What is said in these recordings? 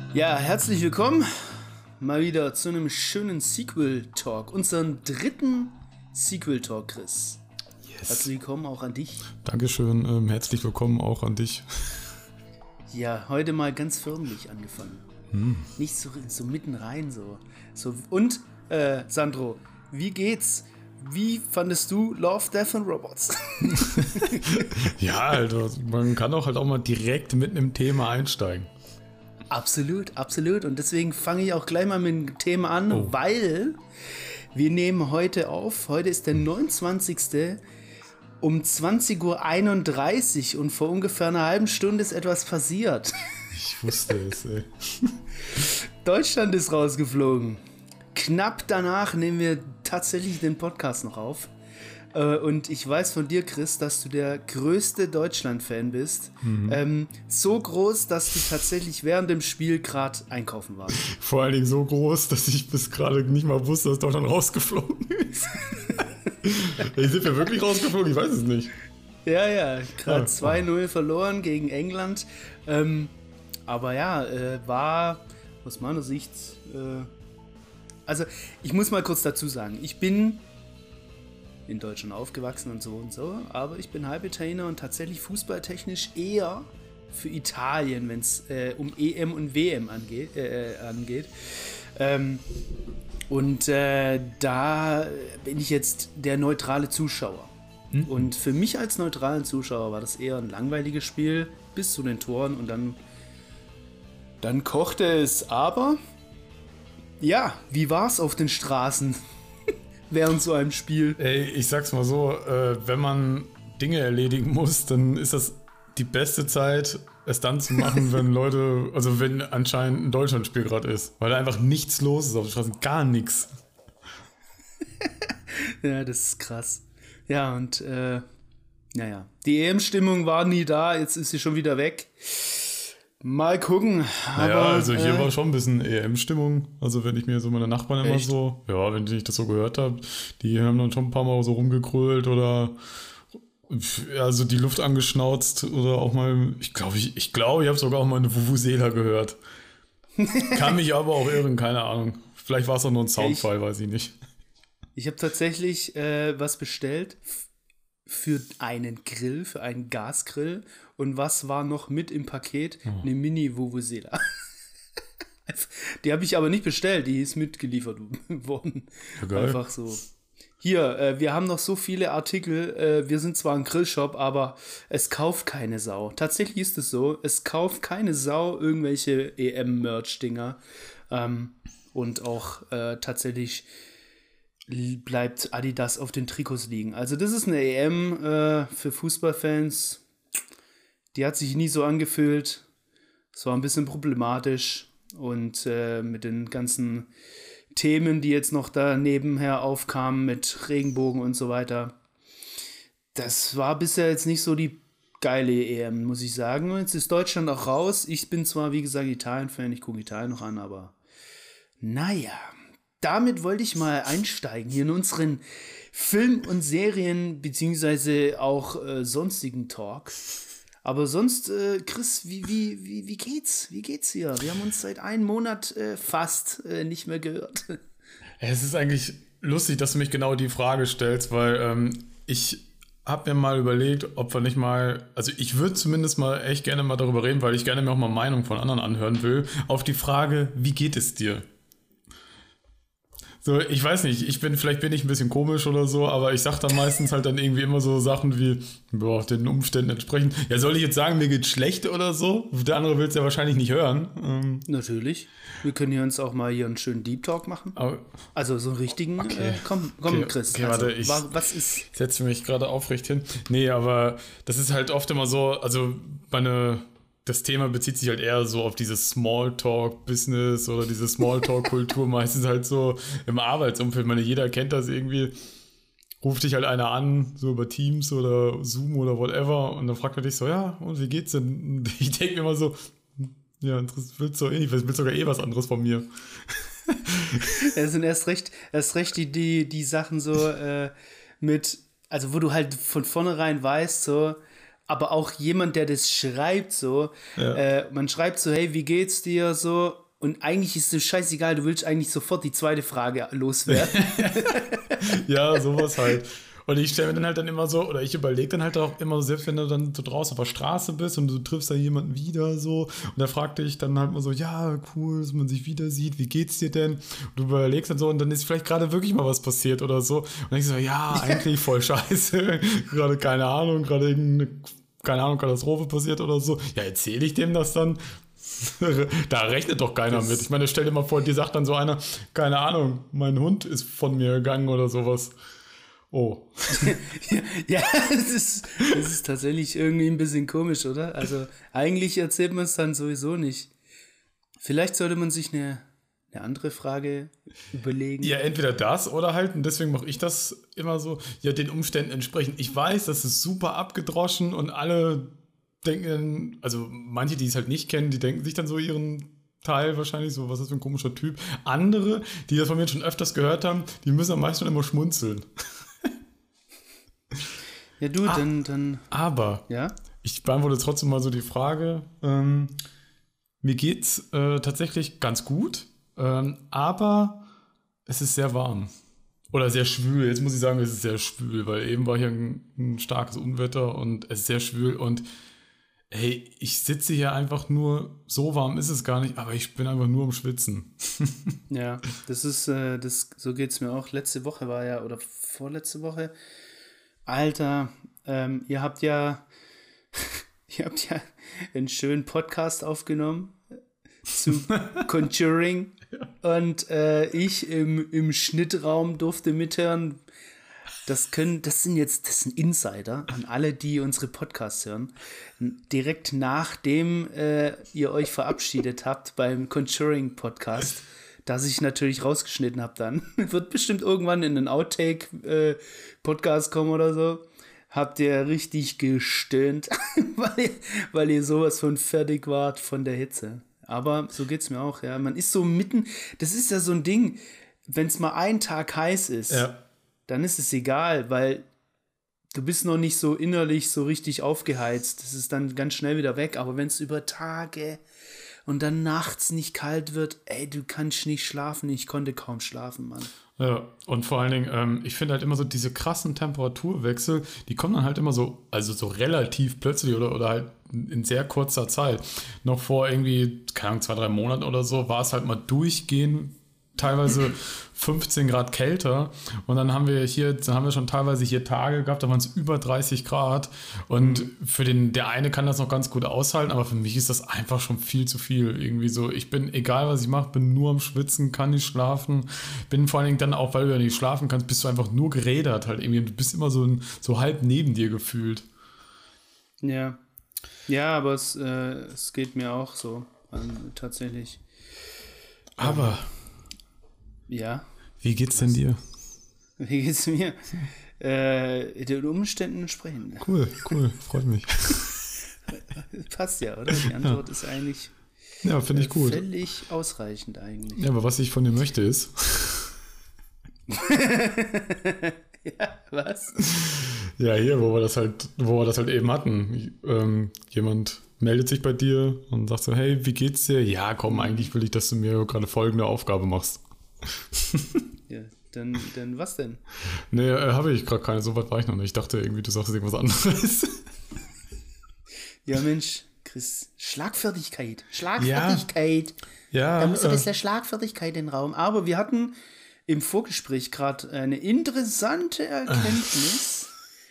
Ja, herzlich willkommen mal wieder zu einem schönen Sequel-Talk, unseren dritten Sequel-Talk, Chris. Yes. Herzlich willkommen auch an dich. Dankeschön, herzlich willkommen auch an dich. Ja, heute mal ganz förmlich angefangen. Nicht so mitten rein so. Und, Sandro, wie geht's? Wie fandest du Love, Death and Robots? Ja, Alter, man kann auch halt auch mal direkt mit einem Thema einsteigen. Absolut, absolut. Und deswegen fange ich auch gleich mal mit dem Thema an, weil wir nehmen heute auf. Heute ist der 29. um 20.31 Uhr und vor ungefähr einer halben Stunde ist etwas passiert. Ich wusste es, ey. Deutschland ist rausgeflogen. Knapp danach nehmen wir tatsächlich den Podcast noch auf. Und ich weiß von dir, Chris, dass du der größte Deutschland-Fan bist. So groß, dass du tatsächlich während dem Spiel gerade einkaufen warst. Vor allen Dingen so groß, dass ich bis gerade nicht mal wusste, dass Deutschland rausgeflogen ist. Sind wir wirklich rausgeflogen? Ich weiß es nicht. Ja, gerade 2-0 verloren gegen England. Aber ja, war aus meiner Sicht... Also, ich muss mal kurz dazu sagen, ich bin in Deutschland aufgewachsen und so, aber ich bin Halbitaliener und tatsächlich fußballtechnisch eher für Italien, wenn es um EM und WM angeht. Da bin ich jetzt der neutrale Zuschauer. Und für mich als neutralen Zuschauer war das eher ein langweiliges Spiel bis zu den Toren und dann kochte es, aber ja, wie war's auf den Straßen während so einem Spiel? Ey, ich sag's mal so, wenn man Dinge erledigen muss, dann ist das die beste Zeit, es dann zu machen, wenn anscheinend ein Deutschlandspiel gerade ist. Weil da einfach nichts los ist auf den Straßen, gar nichts. Ja, das ist krass. Ja, und naja, die EM-Stimmung war nie da, jetzt ist sie schon wieder weg. Mal gucken. Naja, also hier war schon ein bisschen EM-Stimmung. Also wenn ich mir so meine Nachbarn immer echt? wenn ich das so gehört habe, die haben dann schon ein paar Mal so rumgegrölt oder also die Luft angeschnauzt oder auch mal, ich glaube, ich habe sogar auch mal eine Vuvuzela gehört. Kann mich aber auch irren, keine Ahnung. Vielleicht war es auch nur ein Soundfall, weiß ich nicht. Ich habe tatsächlich was bestellt für einen Grill, für einen Gasgrill. Und was war noch mit im Paket? Eine Mini-Vuvuzela. Die habe ich aber nicht bestellt, die ist mitgeliefert worden. Ja, einfach so. Hier, wir haben noch so viele Artikel, wir sind zwar ein Grillshop, aber es kauft keine Sau. Tatsächlich ist es so, es kauft keine Sau irgendwelche EM-Merch-Dinger. Und auch tatsächlich bleibt Adidas auf den Trikots liegen. Also das ist eine EM für Fußballfans, die hat sich nie so angefühlt. Es war ein bisschen problematisch und mit den ganzen Themen, die jetzt noch da nebenher aufkamen mit Regenbogen und so weiter. Das war bisher jetzt nicht so die geile EM, muss ich sagen. Jetzt ist Deutschland auch raus. Ich bin zwar, wie gesagt, Italien-Fan, ich gucke Italien noch an, aber naja, damit wollte ich mal einsteigen hier in unseren Film- und Serien- beziehungsweise auch sonstigen Talk. Aber sonst, Chris, wie geht's? Wie geht's hier? Wir haben uns seit einem Monat fast nicht mehr gehört. Es ist eigentlich lustig, dass du mich genau die Frage stellst, weil ich habe mir mal überlegt, ob wir nicht mal, also ich würde zumindest mal echt gerne mal darüber reden, weil ich gerne mir auch mal Meinung von anderen anhören will, auf die Frage, wie geht es dir? So, ich weiß nicht, vielleicht bin ich ein bisschen komisch oder so, aber ich sag dann meistens halt dann irgendwie immer so Sachen wie, den Umständen entsprechend. Ja, soll ich jetzt sagen, mir geht's schlecht oder so? Der andere will es ja wahrscheinlich nicht hören. Natürlich. Wir können hier uns auch mal hier einen schönen Deep Talk machen. Also so einen richtigen. Okay. Komm, Chris. Okay, also, warte, was ist? Ich setze mich gerade aufrecht hin. Nee, aber das ist halt oft immer so, also das Thema bezieht sich halt eher so auf dieses Smalltalk-Business oder diese Smalltalk-Kultur, meistens halt so im Arbeitsumfeld. Ich meine, jeder kennt das irgendwie. Ruft dich halt einer an, so über Teams oder Zoom oder whatever, und dann fragt er dich so, ja, und wie geht's denn? Und ich denke mir immer so, ja, willst du willst sogar was anderes von mir. Das sind erst recht die Sachen so mit, also wo du halt von vornherein weißt, so, aber auch jemand, der das schreibt so, man schreibt so, hey, wie geht's dir so? Und eigentlich ist es scheißegal, du willst eigentlich sofort die zweite Frage loswerden. Ja, sowas halt. Und ich stelle mir dann halt dann immer so, oder ich überlege dann halt auch immer, selbst wenn du dann so draußen auf der Straße bist und du triffst da jemanden wieder so, und da fragte ich dann halt mal so, ja, cool, dass man sich wieder sieht, wie geht's dir denn? Und du überlegst dann so, und dann ist vielleicht gerade wirklich mal was passiert oder so. Und dann denkst du so, ja, eigentlich voll scheiße, gerade keine Ahnung, gerade irgendeine, keine Ahnung, Katastrophe passiert oder so. Ja, erzähle ich dem das dann? Da rechnet doch keiner mit. Ich meine, stell dir mal vor, dir sagt dann so einer, keine Ahnung, mein Hund ist von mir gegangen oder sowas. Oh. Ja, das ist tatsächlich irgendwie ein bisschen komisch, oder? Also eigentlich erzählt man es dann sowieso nicht. Vielleicht sollte man sich eine andere Frage überlegen. Ja, entweder das oder halt, und deswegen mache ich das immer so, ja, den Umständen entsprechend. Ich weiß, das ist super abgedroschen und alle denken, also manche, die es halt nicht kennen, die denken sich dann so ihren Teil wahrscheinlich so, was ist das für ein komischer Typ. Andere, die das von mir schon öfters gehört haben, die müssen am meisten immer schmunzeln. Ja, du, dann. Aber ja? Ich beantworte trotzdem mal so die Frage. Mir geht's tatsächlich ganz gut, aber es ist sehr warm. Oder sehr schwül. Jetzt muss ich sagen, es ist sehr schwül, weil eben war hier ein starkes Unwetter und es ist sehr schwül und hey, ich sitze hier einfach nur, so warm ist es gar nicht, aber ich bin einfach nur am Schwitzen. Ja, so geht's mir auch. Letzte Woche war ja, oder vorletzte Woche. Alter, ihr habt ja einen schönen Podcast aufgenommen zu Conjuring und ich im Schnittraum durfte mithören. Das sind Insider an alle, die unsere Podcasts hören. Direkt nachdem ihr euch verabschiedet habt beim Conjuring Podcast, das ich natürlich rausgeschnitten habe dann. Wird bestimmt irgendwann in einen Outtake-Podcast kommen oder so. Habt ihr richtig gestöhnt, weil ihr sowas von fertig wart von der Hitze. Aber so geht's mir auch, ja. Man ist so mitten, das ist ja so ein Ding, wenn es mal einen Tag heiß ist, dann ist es egal, weil du bist noch nicht so innerlich so richtig aufgeheizt. Das ist dann ganz schnell wieder weg. Aber wenn es über Tage und dann nachts nicht kalt wird, ey, du kannst nicht schlafen. Ich konnte kaum schlafen, Mann. Ja, und vor allen Dingen, ich finde halt immer so diese krassen Temperaturwechsel, die kommen dann halt immer so, also so relativ plötzlich oder halt in sehr kurzer Zeit. Noch vor irgendwie, keine Ahnung, 2-3 Monaten oder so, war es halt mal durchgehend teilweise 15 Grad kälter und dann haben wir schon teilweise hier Tage gehabt, da waren es über 30 Grad und für der eine kann das noch ganz gut aushalten, aber für mich ist das einfach schon viel zu viel. Irgendwie so, ich bin, egal was ich mache, bin nur am Schwitzen, kann nicht schlafen, bin vor allen Dingen dann auch, weil du ja nicht schlafen kannst, bist du einfach nur gerädert halt irgendwie und du bist immer so halb neben dir gefühlt. Ja, aber es geht mir auch so, tatsächlich. Aber ja. Wie geht's denn dir? Wie geht's mir? Den Umständen entsprechend. Cool, freut mich. Passt ja, oder? Die Antwort ist eigentlich finde ich gut. Völlig ausreichend eigentlich. Ja, aber was ich von dir möchte ist... Ja, was? Ja, hier, wo wir das halt eben hatten. Jemand meldet sich bei dir und sagt so, hey, wie geht's dir? Ja, komm, eigentlich will ich, dass du mir gerade folgende Aufgabe machst. Ja, dann was denn? Nee, habe ich gerade keine, so weit war ich noch nicht. Ich dachte irgendwie, du sagst irgendwas anderes. Ja, Mensch, Chris, Schlagfertigkeit. Ja. Da muss ein bisschen Schlagfertigkeit in den Raum. Aber wir hatten im Vorgespräch gerade eine interessante Erkenntnis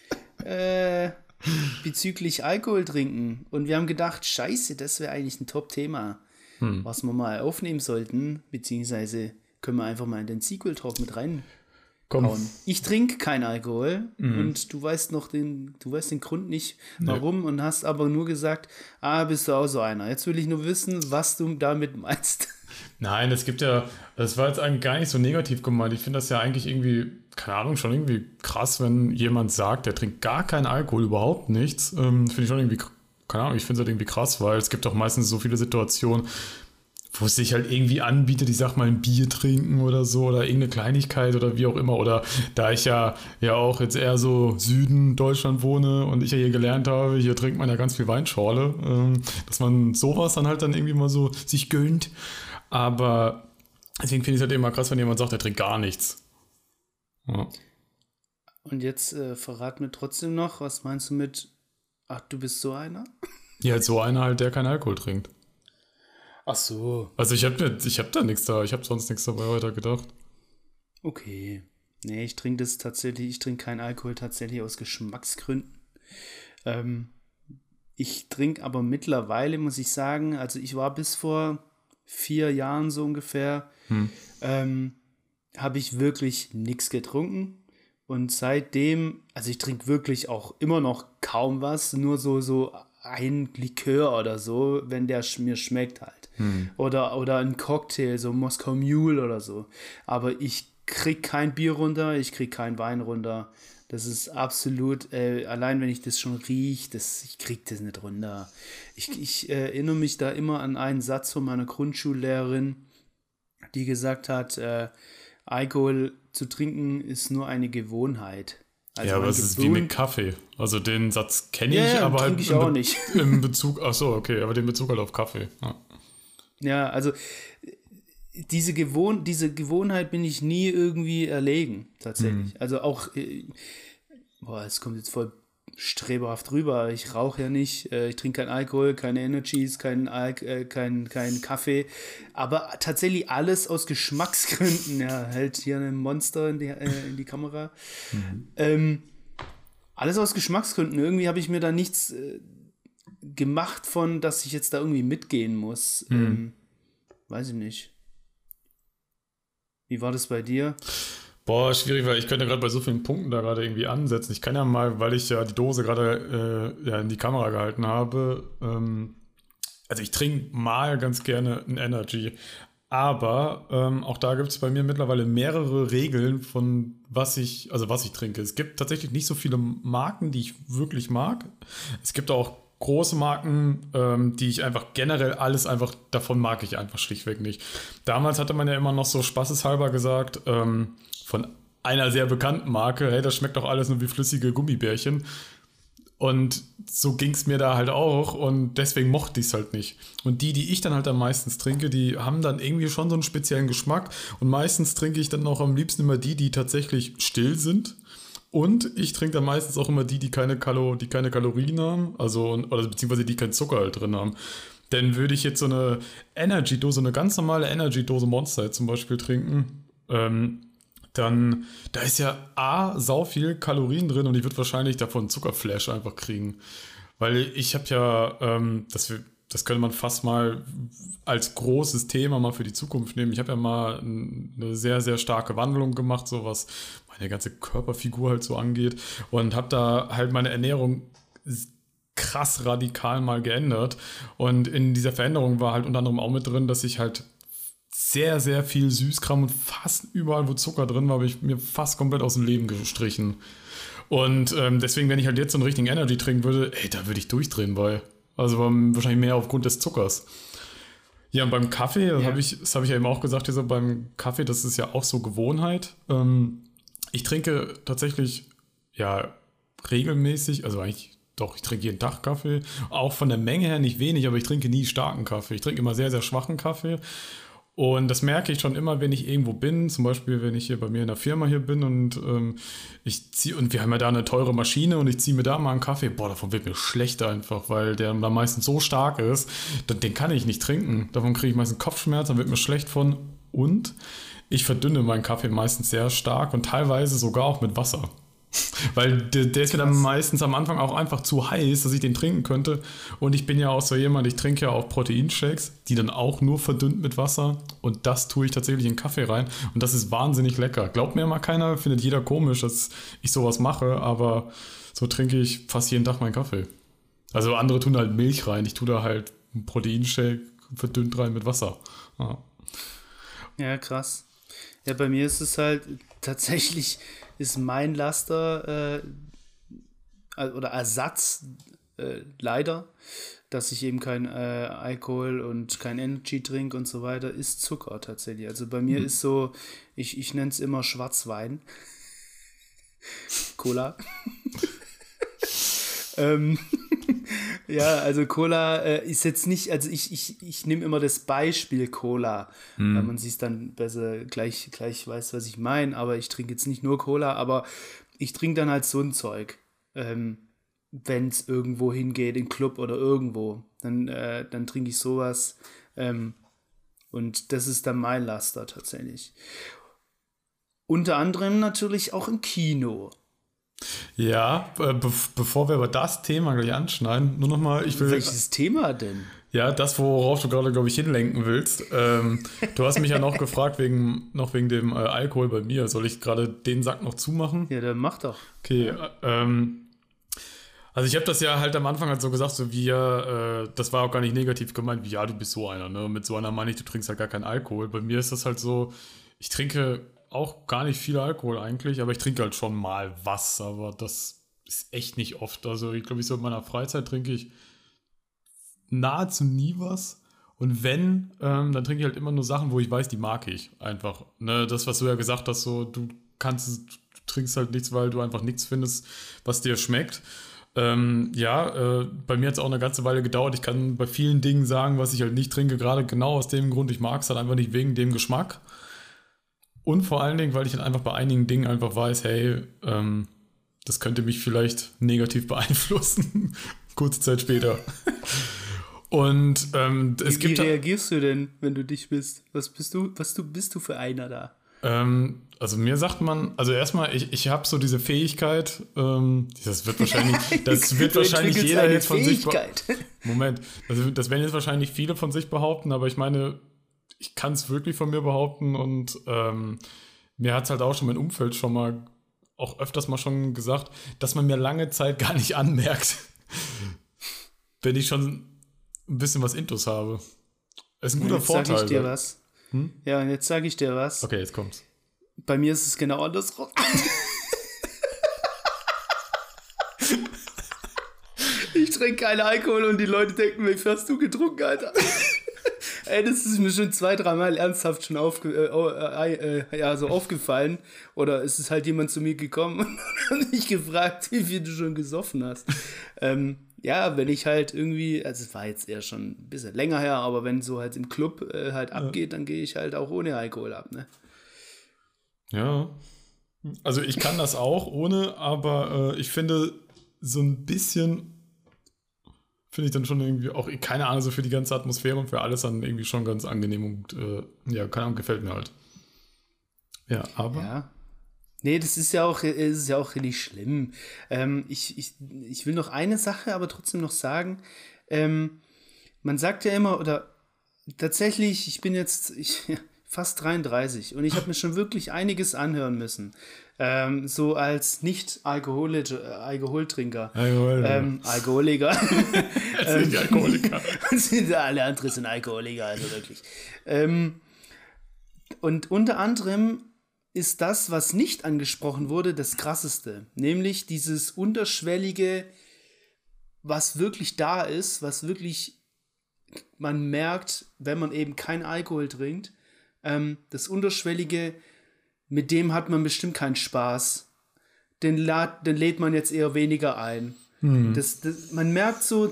bezüglich Alkohol trinken. Und wir haben gedacht, scheiße, das wäre eigentlich ein Top-Thema, was wir mal aufnehmen sollten, beziehungsweise können wir einfach mal in den Sequel-Talk mit rein. Hauen. Ich trinke keinen Alkohol und du weißt den Grund nicht, warum, und hast aber nur gesagt, bist du auch so einer. Jetzt will ich nur wissen, was du damit meinst. Nein, das war jetzt eigentlich gar nicht so negativ gemeint. Ich finde das ja eigentlich irgendwie, keine Ahnung, schon irgendwie krass, wenn jemand sagt, der trinkt gar keinen Alkohol, überhaupt nichts. Finde ich schon irgendwie, keine Ahnung, ich finde es halt irgendwie krass, weil es gibt auch meistens so viele Situationen, wo es sich halt irgendwie anbietet, ich sag mal ein Bier trinken oder so oder irgendeine Kleinigkeit oder wie auch immer. Oder da ich ja auch jetzt eher so Süden Deutschland wohne und ich ja hier gelernt habe, hier trinkt man ja ganz viel Weinschorle, dass man sowas dann halt dann irgendwie mal so sich gönnt. Aber deswegen finde ich es halt immer krass, wenn jemand sagt, er trinkt gar nichts. Ja. Und jetzt verrat mir trotzdem noch, was meinst du mit, ach, du bist so einer? Ja, halt so einer halt, der keinen Alkohol trinkt. Ach so. Also ich hab da nichts da, ich habe sonst nichts dabei weiter gedacht. Okay. Nee, ich trinke keinen Alkohol tatsächlich aus Geschmacksgründen. Ich trinke aber mittlerweile, muss ich sagen, also ich war bis vor 4 Jahren so ungefähr, habe ich wirklich nichts getrunken. Und seitdem, also ich trinke wirklich auch immer noch kaum was, nur so ein Likör oder so, wenn der mir schmeckt halt. Oder ein Cocktail, so Moskau Mule oder so. Aber ich krieg kein Bier runter, ich krieg keinen Wein runter. Das ist absolut, allein wenn ich das schon rieche, ich krieg das nicht runter. Ich erinnere mich da immer an einen Satz von meiner Grundschullehrerin, die gesagt hat, Alkohol zu trinken ist nur eine Gewohnheit. Also ja, aber es ist wie mit Kaffee. Also den Satz kenne ich, aber halt ich auch nicht. Im Bezug, ach so, okay, aber den Bezug halt auf Kaffee. Ja, also diese Gewohnheit bin ich nie irgendwie erlegen, tatsächlich. Also auch, es kommt jetzt voll streberhaft rüber. Ich rauche ja nicht, ich trinke keinen Alkohol, keine Energies, kein Kaffee, aber tatsächlich alles aus Geschmacksgründen. Ja, hält hier ein Monster in die Kamera. Alles aus Geschmacksgründen. Irgendwie habe ich mir da nichts gemacht von, dass ich jetzt da irgendwie mitgehen muss. Weiß ich nicht. Wie war das bei dir? Boah, schwierig, weil ich könnte gerade bei so vielen Punkten da gerade irgendwie ansetzen. Ich kann ja mal, weil ich ja die Dose gerade in die Kamera gehalten habe, also ich trinke mal ganz gerne ein Energy, aber auch da gibt es bei mir mittlerweile mehrere Regeln von was ich trinke. Es gibt tatsächlich nicht so viele Marken, die ich wirklich mag. Es gibt auch große Marken, die ich einfach generell davon mag ich einfach schlichtweg nicht. Damals hatte man ja immer noch so spaßeshalber gesagt, von einer sehr bekannten Marke, hey, das schmeckt doch alles nur wie flüssige Gummibärchen. Und so ging es mir da halt auch und deswegen mochte ich es halt nicht. Und die ich dann halt am meisten trinke, die haben dann irgendwie schon so einen speziellen Geschmack und meistens trinke ich dann auch am liebsten immer die tatsächlich still sind. Und ich trinke dann meistens auch immer die keine Kalorien haben, oder beziehungsweise die keinen Zucker halt drin haben. Denn würde ich jetzt so eine Energy-Dose, eine ganz normale Energy-Dose Monster zum Beispiel trinken, dann, da ist ja sau viel Kalorien drin und ich würde wahrscheinlich davon einen Zuckerflash einfach kriegen. Weil ich habe ja, das könnte man fast mal als großes Thema mal für die Zukunft nehmen. Ich habe ja mal eine sehr, sehr starke Wandlung gemacht, so was meine ganze Körperfigur halt so angeht und habe da halt meine Ernährung krass radikal mal geändert. Und in dieser Veränderung war halt unter anderem auch mit drin, dass ich halt sehr, sehr viel Süßkram und fast überall, wo Zucker drin war, habe ich mir fast komplett aus dem Leben gestrichen. Und deswegen, wenn ich halt jetzt so einen richtigen Energy trinken würde, da würde ich durchdrehen bei. Also wahrscheinlich mehr aufgrund des Zuckers. Ja, und beim Kaffee, das habe ich ja eben auch gesagt, so beim Kaffee, das ist ja auch so Gewohnheit. Ich trinke tatsächlich, ja, regelmäßig, also eigentlich doch, ich trinke jeden Tag Kaffee. Auch von der Menge her nicht wenig, aber ich trinke nie starken Kaffee. Ich trinke immer sehr, sehr schwachen Kaffee. Und das merke ich schon immer, wenn ich irgendwo bin, zum Beispiel, wenn ich hier bei mir in der Firma hier bin und wir haben ja da eine teure Maschine und ich ziehe mir da mal einen Kaffee, davon wird mir schlecht einfach, weil der da meistens so stark ist, den kann ich nicht trinken. Davon kriege ich meistens Kopfschmerzen, dann wird mir schlecht von und ich verdünne meinen Kaffee meistens sehr stark und teilweise sogar auch mit Wasser. Weil der ist mir dann meistens am Anfang auch einfach zu heiß, dass ich den trinken könnte. Und ich bin ja auch so jemand, ich trinke ja auch Proteinshakes, die dann auch nur verdünnt mit Wasser. Und das tue ich tatsächlich in Kaffee rein. Und das ist wahnsinnig lecker. Glaubt mir mal keiner, findet jeder komisch, dass ich sowas mache. Aber so trinke ich fast jeden Tag meinen Kaffee. Also andere tun halt Milch rein. Ich tue da halt einen Proteinshake verdünnt rein mit Wasser. Ja, krass. Ja, bei mir ist es halt tatsächlich, ist mein Laster oder Ersatz leider, dass ich eben kein Alkohol und kein Energy-Drink und so weiter, ist Zucker tatsächlich. Also bei mir ist so, ich nenne es immer Schwarzwein. Cola. Ja, also Cola ist jetzt nicht, also ich nehme immer das Beispiel Cola, weil man sich dann besser gleich weiß, was ich meine, aber ich trinke jetzt nicht nur Cola, aber ich trinke dann halt so ein Zeug, wenn es irgendwo hingeht, in Club oder irgendwo, dann trinke ich sowas und das ist dann mein Laster tatsächlich. Unter anderem natürlich auch im Kino. Ja, bevor wir aber das Thema gleich anschneiden, nur nochmal, Welches Thema denn? Ja, das, worauf du gerade, glaube ich, hinlenken willst. Du hast mich ja noch gefragt, wegen dem Alkohol bei mir. Soll ich gerade den Sack noch zumachen? Ja, dann mach doch. Okay, also ich habe das ja halt am Anfang halt so gesagt, so wie das war auch gar nicht negativ gemeint, wie ja, du bist so einer, ne? Mit so einer meine ich, du trinkst halt gar keinen Alkohol. Bei mir ist das halt so, ich trinke auch gar nicht viel Alkohol eigentlich, aber ich trinke halt schon mal was, aber das ist echt nicht oft. Also ich glaube, so in meiner Freizeit trinke ich nahezu nie was. Und wenn, dann trinke ich halt immer nur Sachen, wo ich weiß, die mag ich einfach. Ne? Das, was du ja gesagt hast, so du trinkst halt nichts, weil du einfach nichts findest, was dir schmeckt. Bei mir hat es auch eine ganze Weile gedauert. Ich kann bei vielen Dingen sagen, was ich halt nicht trinke, gerade genau aus dem Grund, ich mag es halt einfach nicht wegen dem Geschmack. Und vor allen Dingen, weil ich dann einfach bei einigen Dingen einfach weiß, hey, das könnte mich vielleicht negativ beeinflussen. Kurze Zeit später. Und Wie reagierst du denn, wenn du dich bist? Was bist du für einer da? Also mir sagt man, also erstmal, ich habe so diese Fähigkeit, das wird wahrscheinlich jeder jetzt von sich Moment, das werden jetzt wahrscheinlich viele von sich behaupten, aber ich meine, ich kann es wirklich von mir behaupten und mir hat es halt auch schon mein Umfeld schon mal auch öfters mal schon gesagt, dass man mir lange Zeit gar nicht anmerkt, wenn ich schon ein bisschen was Intus habe. Das ist ein guter Vorteil. Jetzt sage ich dir was. Ja, und jetzt sage ich dir was. Okay, jetzt kommt's. Bei mir ist es genau andersrum. Ich trinke keinen Alkohol und die Leute denken, wie viel hast du getrunken, Alter? Ey, das ist mir schon 2-3 Mal ernsthaft schon aufgefallen. Oder es ist halt jemand zu mir gekommen und hat mich gefragt, wie viel du schon gesoffen hast. Wenn ich halt irgendwie, also es war jetzt eher schon ein bisschen länger her, aber wenn so halt im Club halt abgeht, dann gehe ich halt auch ohne Alkohol ab, ne? Ja, also ich kann das auch ohne, aber ich finde so ein bisschen finde ich dann schon irgendwie auch, keine Ahnung, so für die ganze Atmosphäre und für alles dann irgendwie schon ganz angenehm und keine Ahnung, gefällt mir halt. Ja, aber... Ja. Nee, das ist ja auch richtig schlimm. Ich will noch eine Sache aber trotzdem noch sagen. Man sagt ja immer, oder tatsächlich, ich bin jetzt fast 33 und ich habe mir schon wirklich einiges anhören müssen. So als Nicht-Alkoholtrinker. Alkoholiker. Nicht Alkoholiker. Alle anderen sind Alkoholiker, also wirklich. Und unter anderem ist das, was nicht angesprochen wurde, das Krasseste. Nämlich dieses Unterschwellige, was wirklich da ist, was wirklich man merkt, wenn man eben keinen Alkohol trinkt. Das Unterschwellige, mit dem hat man bestimmt keinen Spaß. Den lädt man jetzt eher weniger ein. Man merkt so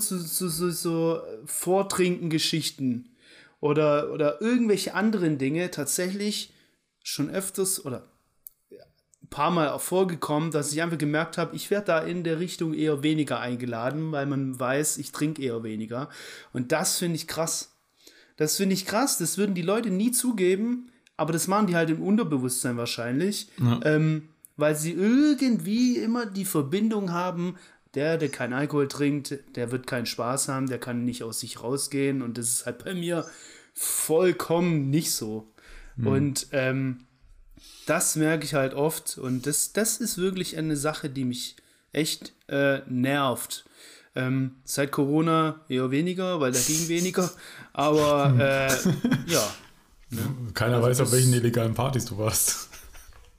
Vortrinken-Geschichten oder irgendwelche anderen Dinge tatsächlich schon öfters oder ein paar Mal auch vorgekommen, dass ich einfach gemerkt habe, ich werde da in der Richtung eher weniger eingeladen, weil man weiß, ich trinke eher weniger. Und das finde ich krass. Das würden die Leute nie zugeben, aber das machen die halt im Unterbewusstsein wahrscheinlich, weil sie irgendwie immer die Verbindung haben, der keinen Alkohol trinkt, der wird keinen Spaß haben, der kann nicht aus sich rausgehen und das ist halt bei mir vollkommen nicht so. Und das merke ich halt oft und das ist wirklich eine Sache, die mich echt nervt. Seit Corona eher weniger, weil da ging weniger, aber ja. Ne? Keiner weiß, auf welchen illegalen Partys du warst.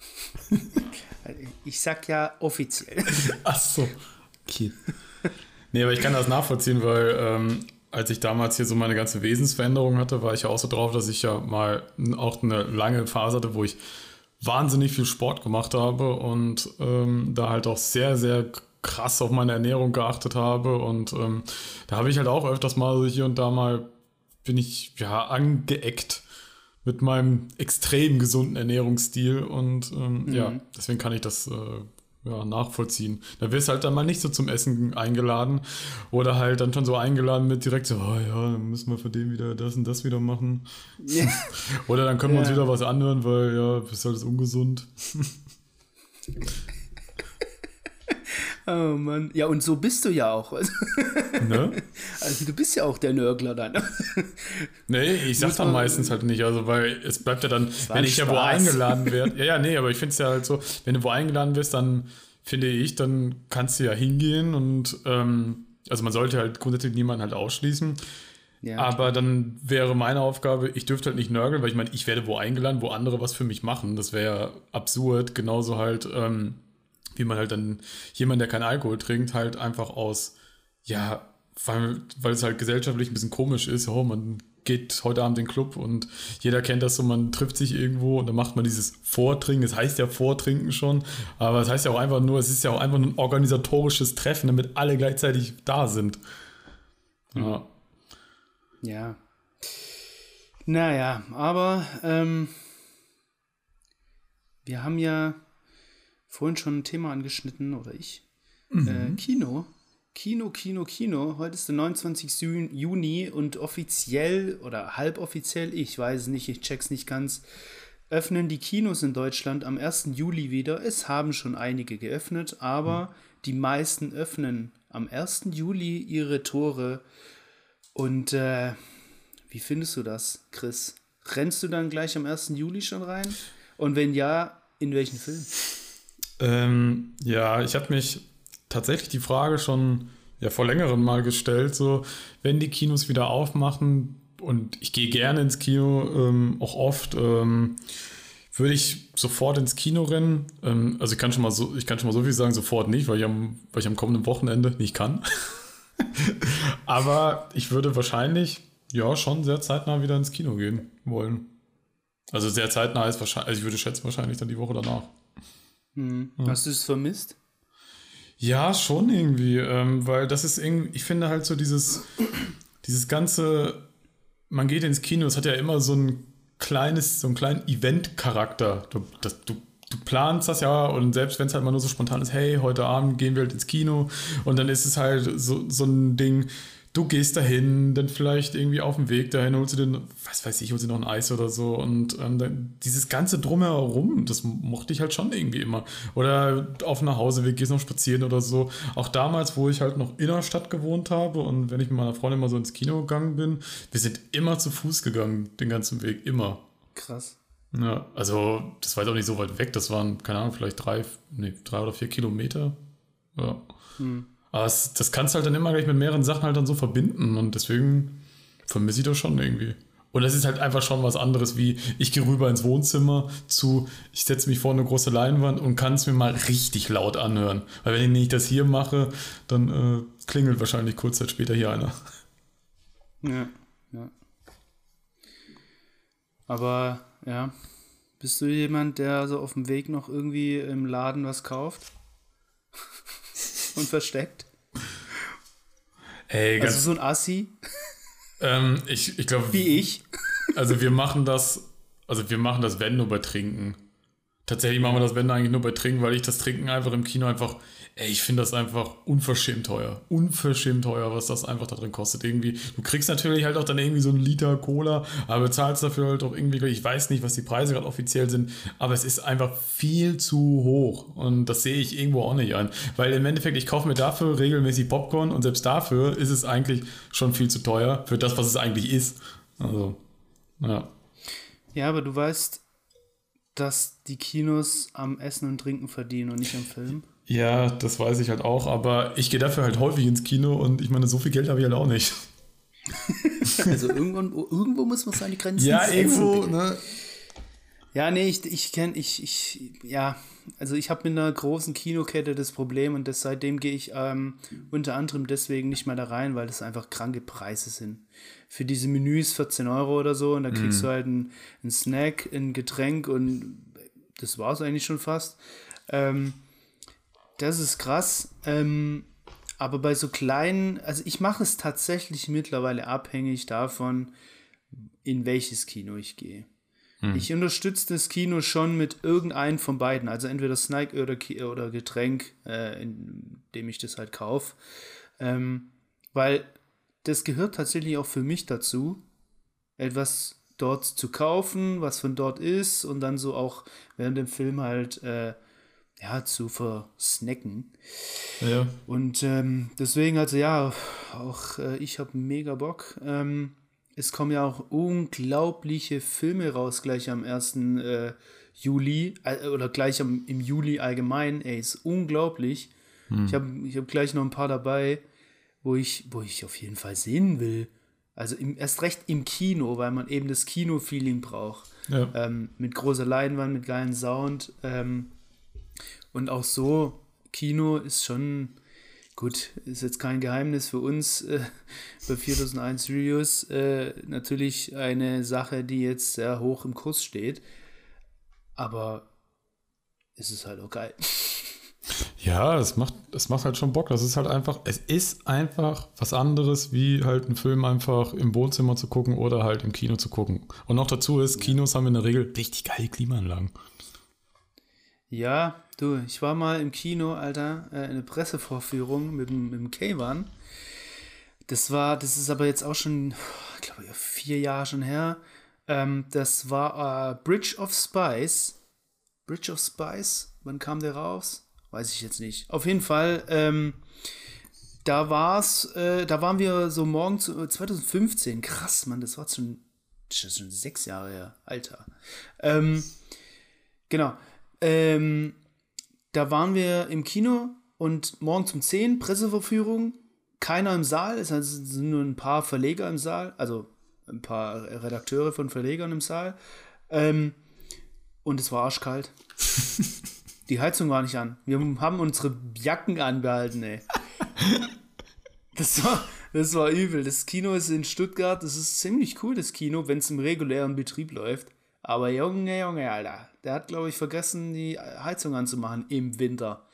Ich sag ja offiziell. Ach so. Okay. Nee, aber ich kann das nachvollziehen, weil als ich damals hier so meine ganze Wesensveränderung hatte, war ich ja auch so drauf, dass ich ja mal auch eine lange Phase hatte, wo ich wahnsinnig viel Sport gemacht habe und da halt auch sehr, sehr krass auf meine Ernährung geachtet habe. Und da habe ich halt auch öfters mal so hier und da mal bin ich ja angeeckt mit meinem extrem gesunden Ernährungsstil und ja, deswegen kann ich das nachvollziehen. Da wirst du halt dann mal nicht so zum Essen eingeladen oder halt dann schon so eingeladen mit direkt so, oh ja, dann müssen wir für den wieder das und das wieder machen. Ja. Oder dann können wir uns wieder was anhören, weil ja, ist halt ungesund. Oh Mann. Ja, und so bist du ja auch. Ne? Also du bist ja auch der Nörgler dann. Nee, ich sag dann meistens halt nicht, also weil es bleibt ja dann, wenn ich ja wo eingeladen werde, nee, aber ich finde es ja halt so, wenn du wo eingeladen wirst, dann finde ich, dann kannst du ja hingehen und also man sollte halt grundsätzlich niemanden halt ausschließen, ja, aber dann wäre meine Aufgabe, ich dürfte halt nicht nörgeln, weil ich meine, ich werde wo eingeladen, wo andere was für mich machen, das wäre ja absurd, genauso halt wie man halt dann jemand, der keinen Alkohol trinkt, halt einfach aus, ja, weil es halt gesellschaftlich ein bisschen komisch ist, oh, man geht heute Abend in den Club und jeder kennt das so, man trifft sich irgendwo und dann macht man dieses Vortrinken, es heißt ja Vortrinken schon, aber es heißt ja auch einfach nur, es ist ja auch einfach nur ein organisatorisches Treffen, damit alle gleichzeitig da sind. Ja. Ja. Naja, aber wir haben ja vorhin schon ein Thema angeschnitten, oder ich. Kino. Heute ist der 29. Juni und offiziell oder halboffiziell, ich weiß nicht, ich check's nicht ganz, öffnen die Kinos in Deutschland am 1. Juli wieder. Es haben schon einige geöffnet, aber die meisten öffnen am 1. Juli ihre Tore. Und wie findest du das, Chris? Rennst du dann gleich am 1. Juli schon rein? Und wenn ja, in welchen Film? Ja, ich habe mich tatsächlich die Frage schon vor längerem mal gestellt, so wenn die Kinos wieder aufmachen und ich gehe gerne ins Kino, auch oft, würde ich sofort ins Kino rennen. Also ich kann schon mal so viel sagen, sofort nicht, weil ich am kommenden Wochenende nicht kann. Aber ich würde wahrscheinlich schon sehr zeitnah wieder ins Kino gehen wollen. Also sehr zeitnah ist wahrscheinlich, also ich würde schätzen wahrscheinlich dann die Woche danach. Hast du es vermisst? Ja, schon irgendwie, weil das ist irgendwie, ich finde halt so dieses ganze, man geht ins Kino, es hat ja immer so einen kleinen Event-Charakter. Du planst das ja und selbst wenn es halt mal nur so spontan ist, hey, heute Abend gehen wir halt ins Kino und dann ist es halt so ein Ding, du gehst dahin, dann vielleicht irgendwie auf dem Weg dahin, holst du noch ein Eis oder so und dann dieses ganze Drumherum, das mochte ich halt schon irgendwie immer. Oder auf dem Nachhauseweg gehst noch spazieren oder so. Auch damals, wo ich halt noch in der Stadt gewohnt habe und wenn ich mit meiner Freundin mal so ins Kino gegangen bin, wir sind immer zu Fuß gegangen, den ganzen Weg, immer. Krass. Ja, also das war jetzt auch nicht so weit weg, das waren, keine Ahnung, vielleicht 3 oder 4 Kilometer. Ja. Aber das kannst du halt dann immer gleich mit mehreren Sachen halt dann so verbinden und deswegen vermisse ich das schon irgendwie. Und das ist halt einfach schon was anderes wie, ich gehe rüber ins Wohnzimmer ich setze mich vor eine große Leinwand und kann es mir mal richtig laut anhören. Weil wenn ich nicht das hier mache, dann klingelt wahrscheinlich kurz Zeit später hier einer. Ja. Aber, ja, bist du jemand, der so auf dem Weg noch irgendwie im Laden was kauft? Und versteckt? Ey, also so ein Assi? Ich glaube... Wie ich? Also wir machen das, wenn nur bei Trinken. Tatsächlich machen wir das, wenn eigentlich nur bei Trinken, weil ich das Trinken einfach im Kino ich finde das einfach unverschämt teuer. Unverschämt teuer, was das einfach da drin kostet. Irgendwie, du kriegst natürlich halt auch dann irgendwie so einen Liter Cola, aber bezahlst dafür halt auch irgendwie, ich weiß nicht, was die Preise gerade offiziell sind, aber es ist einfach viel zu hoch und das sehe ich irgendwo auch nicht ein. Weil im Endeffekt, ich kaufe mir dafür regelmäßig Popcorn und selbst dafür ist es eigentlich schon viel zu teuer für das, was es eigentlich ist. Also, ja. Ja, aber du weißt, dass die Kinos am Essen und Trinken verdienen und nicht am Film? Ja, das weiß ich halt auch, aber ich gehe dafür halt häufig ins Kino und ich meine, so viel Geld habe ich halt auch nicht. Also irgendwo muss man seine Grenzen setzen. Ja, irgendwo, ne? Ja, nee, ja, also ich habe mit einer großen Kinokette das Problem und seitdem gehe ich unter anderem deswegen nicht mehr da rein, weil das einfach kranke Preise sind. Für diese Menüs 14 Euro oder so und da kriegst du halt einen Snack, ein Getränk und das war es eigentlich schon fast. Das ist krass. Aber bei so kleinen, also ich mache es tatsächlich mittlerweile abhängig davon, in welches Kino ich gehe. Ich unterstütze das Kino schon mit irgendeinem von beiden, also entweder Snack oder Getränk, indem ich das halt kaufe. Weil das gehört tatsächlich auch für mich dazu, etwas dort zu kaufen, was von dort ist und dann so auch während dem Film halt zu versnacken. Ja. Und deswegen, also ja, auch ich habe mega Bock. Es kommen ja auch unglaubliche Filme raus, gleich am 1. Juli, oder gleich im Juli allgemein. Ey, ist unglaublich. Ich hab gleich noch ein paar dabei, wo ich auf jeden Fall sehen will. Also erst recht im Kino, weil man eben das Kino-Feeling braucht. Ja. Mit großer Leinwand, mit geilen Sound. Und auch so, Kino ist schon, gut, ist jetzt kein Geheimnis für uns bei 4001 Reviews, natürlich eine Sache, die jetzt sehr hoch im Kurs steht. Aber es ist halt auch geil. Ja, es macht halt schon Bock. Es ist einfach was anderes, wie halt einen Film einfach im Wohnzimmer zu gucken oder halt im Kino zu gucken. Und noch dazu ist, Kinos haben in der Regel richtig geile Klimaanlagen. Ja, du, ich war mal im Kino, Alter, eine Pressevorführung mit dem K-Bahn. Das ist aber jetzt auch schon, ich glaube, 4 Jahre schon her. Das war Bridge of Spies. Bridge of Spies? Wann kam der raus? Weiß ich jetzt nicht. Auf jeden Fall, da waren wir so morgens 2015. Krass, Mann, das ist schon 6 Jahre her. Alter. Genau. Da waren wir im Kino und morgens um 10 Presseverführung, keiner im Saal, es sind nur ein paar Verleger im Saal, also ein paar Redakteure von Verlegern im Saal, und es war arschkalt. Die Heizung war nicht an. Wir haben unsere Jacken anbehalten, ey. Das war übel. Das Kino ist in Stuttgart, das ist ziemlich cool, das Kino, wenn es im regulären Betrieb läuft. Aber Junge, Alter, der hat, glaube ich, vergessen, die Heizung anzumachen im Winter.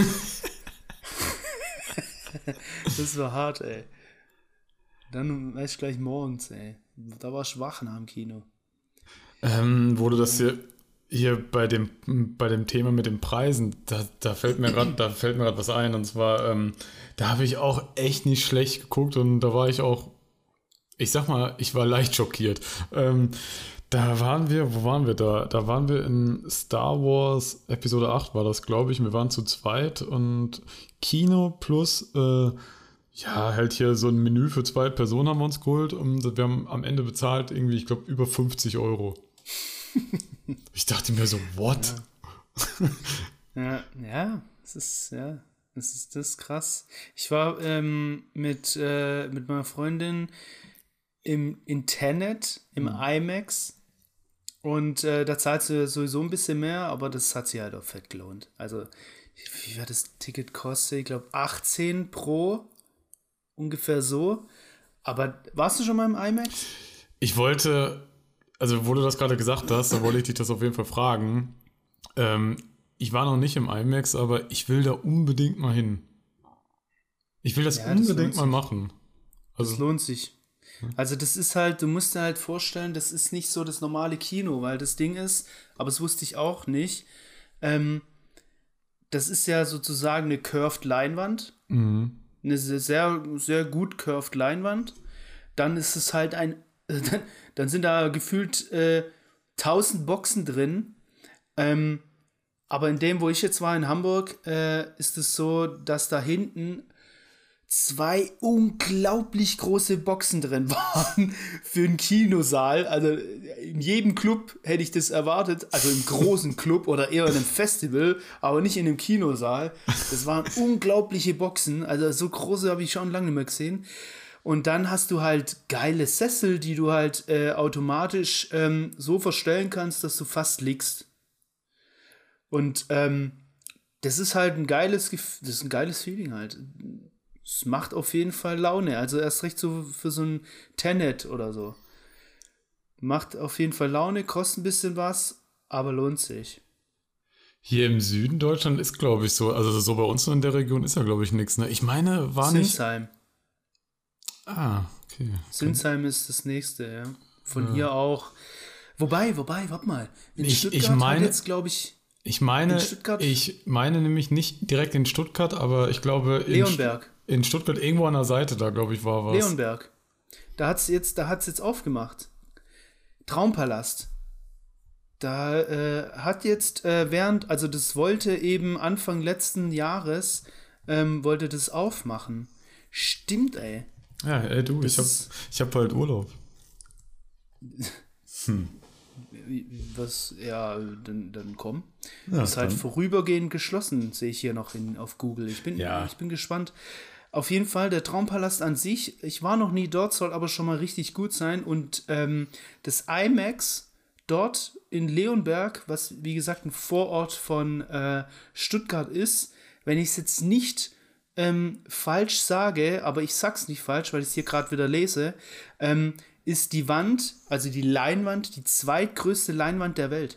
Das war hart, ey. Dann weiß ich gleich morgens, ey. Da war schwach nach dem Kino. Wo du das hier bei dem Thema mit den Preisen, da fällt mir gerade was ein. Und zwar, da habe ich auch echt nicht schlecht geguckt und da war ich auch, ich sag mal, ich war leicht schockiert. Da waren wir, wo waren wir da? Da waren wir in Star Wars Episode 8 war das, glaube ich. Wir waren zu zweit und Kino plus, halt hier so ein Menü für 2 Personen haben wir uns geholt und wir haben am Ende bezahlt irgendwie, ich glaube, über 50 Euro. Ich dachte mir so, what? Ja, das ist krass. Ich war mit meiner Freundin in Tenet, im IMAX. Und da zahlst du sowieso ein bisschen mehr, aber das hat sich halt auch fett gelohnt. Also, wie war das Ticket kostet? Ich glaube 18 pro, ungefähr so. Aber warst du schon mal im IMAX? Ich wollte, also wo du das gerade gesagt hast, da wollte ich dich das auf jeden Fall fragen. Ich war noch nicht im IMAX, aber ich will da unbedingt mal hin. Ich will das unbedingt mal machen. Also, das lohnt sich. Also das ist halt, du musst dir halt vorstellen, das ist nicht so das normale Kino, weil das Ding ist, aber das wusste ich auch nicht, das ist ja sozusagen eine curved Leinwand, eine sehr, sehr gut curved Leinwand, dann ist es halt dann sind da gefühlt 1000 Boxen drin, aber in dem, wo ich jetzt war in Hamburg, ist es so, dass da hinten 2 unglaublich große Boxen drin waren für einen Kinosaal. Also in jedem Club hätte ich das erwartet, also im großen Club oder eher in einem Festival, aber nicht in einem Kinosaal. Das waren unglaubliche Boxen, also so große habe ich schon lange nicht mehr gesehen. Und dann hast du halt geile Sessel, die du halt automatisch so verstellen kannst, dass du fast liegst. Und das ist halt das ist ein geiles Feeling halt. Es macht auf jeden Fall Laune. Also erst recht so für so ein Tenet oder so. Macht auf jeden Fall Laune, kostet ein bisschen was, aber lohnt sich. Hier im Süden Deutschland ist, glaube ich, so, also so bei uns in der Region ist ja, glaube ich, nichts, ne? Ich meine, war nicht... Sinsheim. Okay. Sinsheim ist das nächste, ja. Von hier auch. Wobei, warte mal. In Stuttgart ich meine, hat jetzt, glaube ich... Ich meine nämlich nicht direkt in Stuttgart, aber ich glaube Leonberg. In Stuttgart irgendwo an der Seite, da glaube ich war was. Leonberg. Da hat's jetzt aufgemacht. Traumpalast. Da hat jetzt also das wollte eben Anfang letzten Jahres, wollte das aufmachen. Stimmt, ey. Ja, ey, du, ich hab bald Urlaub. Was, ja, dann komm. Ja, ist halt vorübergehend geschlossen, sehe ich hier noch auf Google. Ich bin gespannt. Auf jeden Fall, der Traumpalast an sich, ich war noch nie dort, soll aber schon mal richtig gut sein. Und das IMAX dort in Leonberg, was wie gesagt ein Vorort von Stuttgart ist, wenn ich es jetzt nicht falsch sage, aber ich sag's nicht falsch, weil ich es hier gerade wieder lese, ist die Wand, also die Leinwand, die zweitgrößte Leinwand der Welt.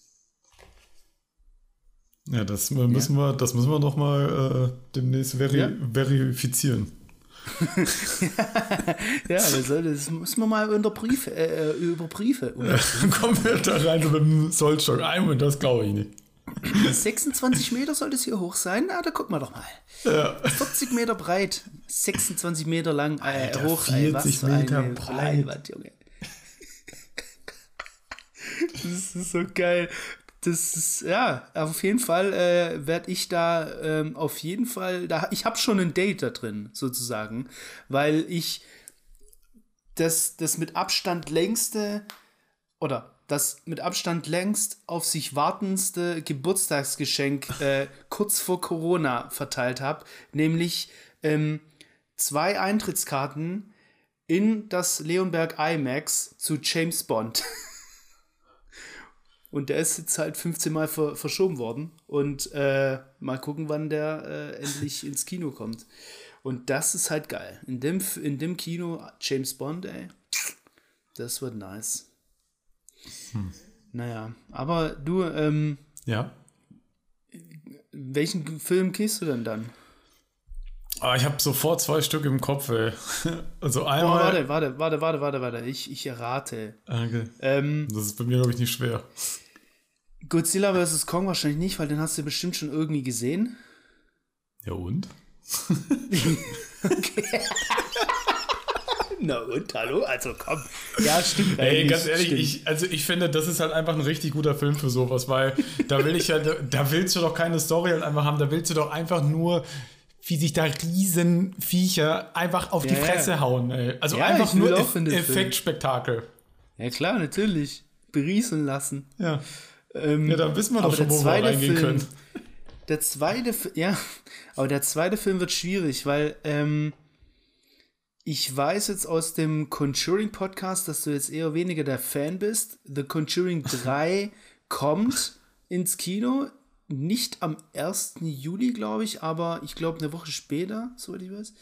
Ja, das müssen wir noch mal demnächst verifizieren. Ja, das müssen wir mal überprüfen. Dann kommen wir da rein so mit dem Zollstock. Einmal, das glaube ich nicht. 26 Meter soll das hier hoch sein? Na, da gucken wir doch mal. Ja. 40 Meter breit, 26 Meter lang, Alter, hoch. 40 Meter breit. Leinwand, Junge. Das ist so geil. Das ist, ja, auf jeden Fall werde ich da auf jeden Fall, ich habe schon ein Date da drin, sozusagen, weil ich das mit Abstand längste auf sich wartendste Geburtstagsgeschenk kurz vor Corona verteilt habe, nämlich 2 Eintrittskarten in das Leonberg IMAX zu James Bond. Und der ist jetzt halt 15 Mal verschoben worden. Und mal gucken, wann der endlich ins Kino kommt. Und das ist halt geil. In dem Kino James Bond, ey, das wird nice. Naja, aber du, ja. Welchen Film gehst du denn dann? Ich habe sofort 2 Stück im Kopf, ey. Also einmal... Warte. Ich errate. Okay. Das ist bei mir, glaube ich, nicht schwer. Godzilla vs. Kong wahrscheinlich nicht, weil den hast du bestimmt schon irgendwie gesehen. Ja und? Okay. Na und, hallo? Also komm. Ja, stimmt. Ey, ganz ehrlich, ich finde, das ist halt einfach ein richtig guter Film für sowas, weil da willst du doch keine Story halt einfach haben, da willst du doch einfach nur, wie sich da riesen Viecher einfach auf die Fresse hauen, ey. Also ja, einfach nur Effektspektakel. Ja klar, natürlich. Berieseln lassen. Ja. Ja, dann wissen wir doch schon, wo wir reingehen können. Der zweite Film wird schwierig, weil ich weiß jetzt aus dem Conjuring-Podcast, dass du jetzt eher weniger der Fan bist. The Conjuring 3 kommt ins Kino. Nicht am 1. Juli, glaube ich, aber ich glaube eine Woche später, soweit ich weiß.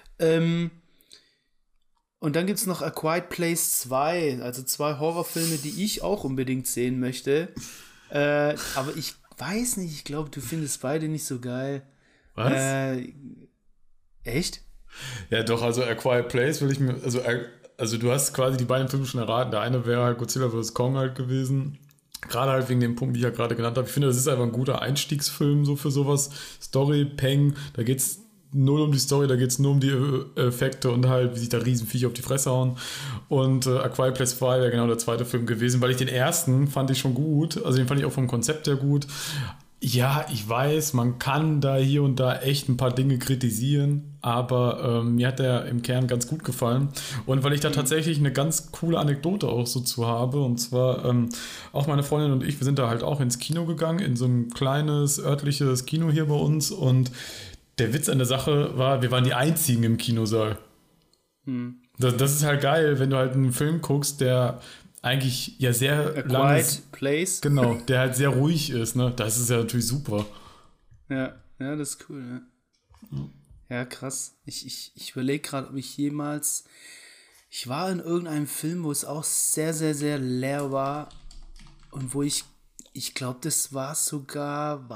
Und dann gibt es noch A Quiet Place 2, also 2 Horrorfilme, die ich auch unbedingt sehen möchte. Aber ich weiß nicht, ich glaube, du findest beide nicht so geil. Was? Echt? Ja, doch, also A Quiet Place will ich mir, also du hast quasi die beiden Filme schon erraten. Der eine wäre halt Godzilla vs. Kong halt gewesen. Gerade halt wegen dem Punkt, die ich ja gerade genannt habe. Ich finde, das ist einfach ein guter Einstiegsfilm so für sowas. Story, Peng, da geht's null um die Story, da geht's nur um die Effekte und halt, wie sich da Riesenviecher auf die Fresse hauen. Und A Quiet Place 2 wäre genau der zweite Film gewesen, weil ich den ersten fand ich schon gut. Also den fand ich auch vom Konzept her gut. Ja, ich weiß, man kann da hier und da echt ein paar Dinge kritisieren, aber mir hat der im Kern ganz gut gefallen. Und weil ich da tatsächlich eine ganz coole Anekdote auch so zu habe, und zwar auch meine Freundin und ich, wir sind da halt auch ins Kino gegangen, in so ein kleines örtliches Kino hier bei uns, und der Witz an der Sache war, wir waren die Einzigen im Kinosaal. Das ist halt geil, wenn du halt einen Film guckst, der eigentlich ja sehr A lange... Quiet Place. Genau, der halt sehr ruhig ist, ne? Das ist ja natürlich super. Ja, das ist cool, ja. Ja, krass. Ich überlege gerade, ob ich jemals... Ich war in irgendeinem Film, wo es auch sehr, sehr, sehr leer war und wo ich glaube, das war sogar,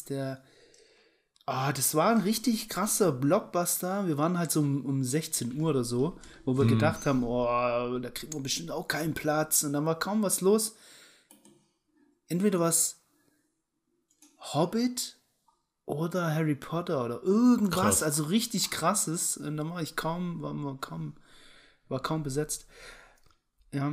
das war ein richtig krasser Blockbuster. Wir waren halt so um 16 Uhr oder so, wo wir gedacht haben, da kriegen wir bestimmt auch keinen Platz. Und dann war kaum was los. Entweder was Hobbit oder Harry Potter oder irgendwas, Krass. also richtig krasses. Und dann war kaum besetzt. Ja.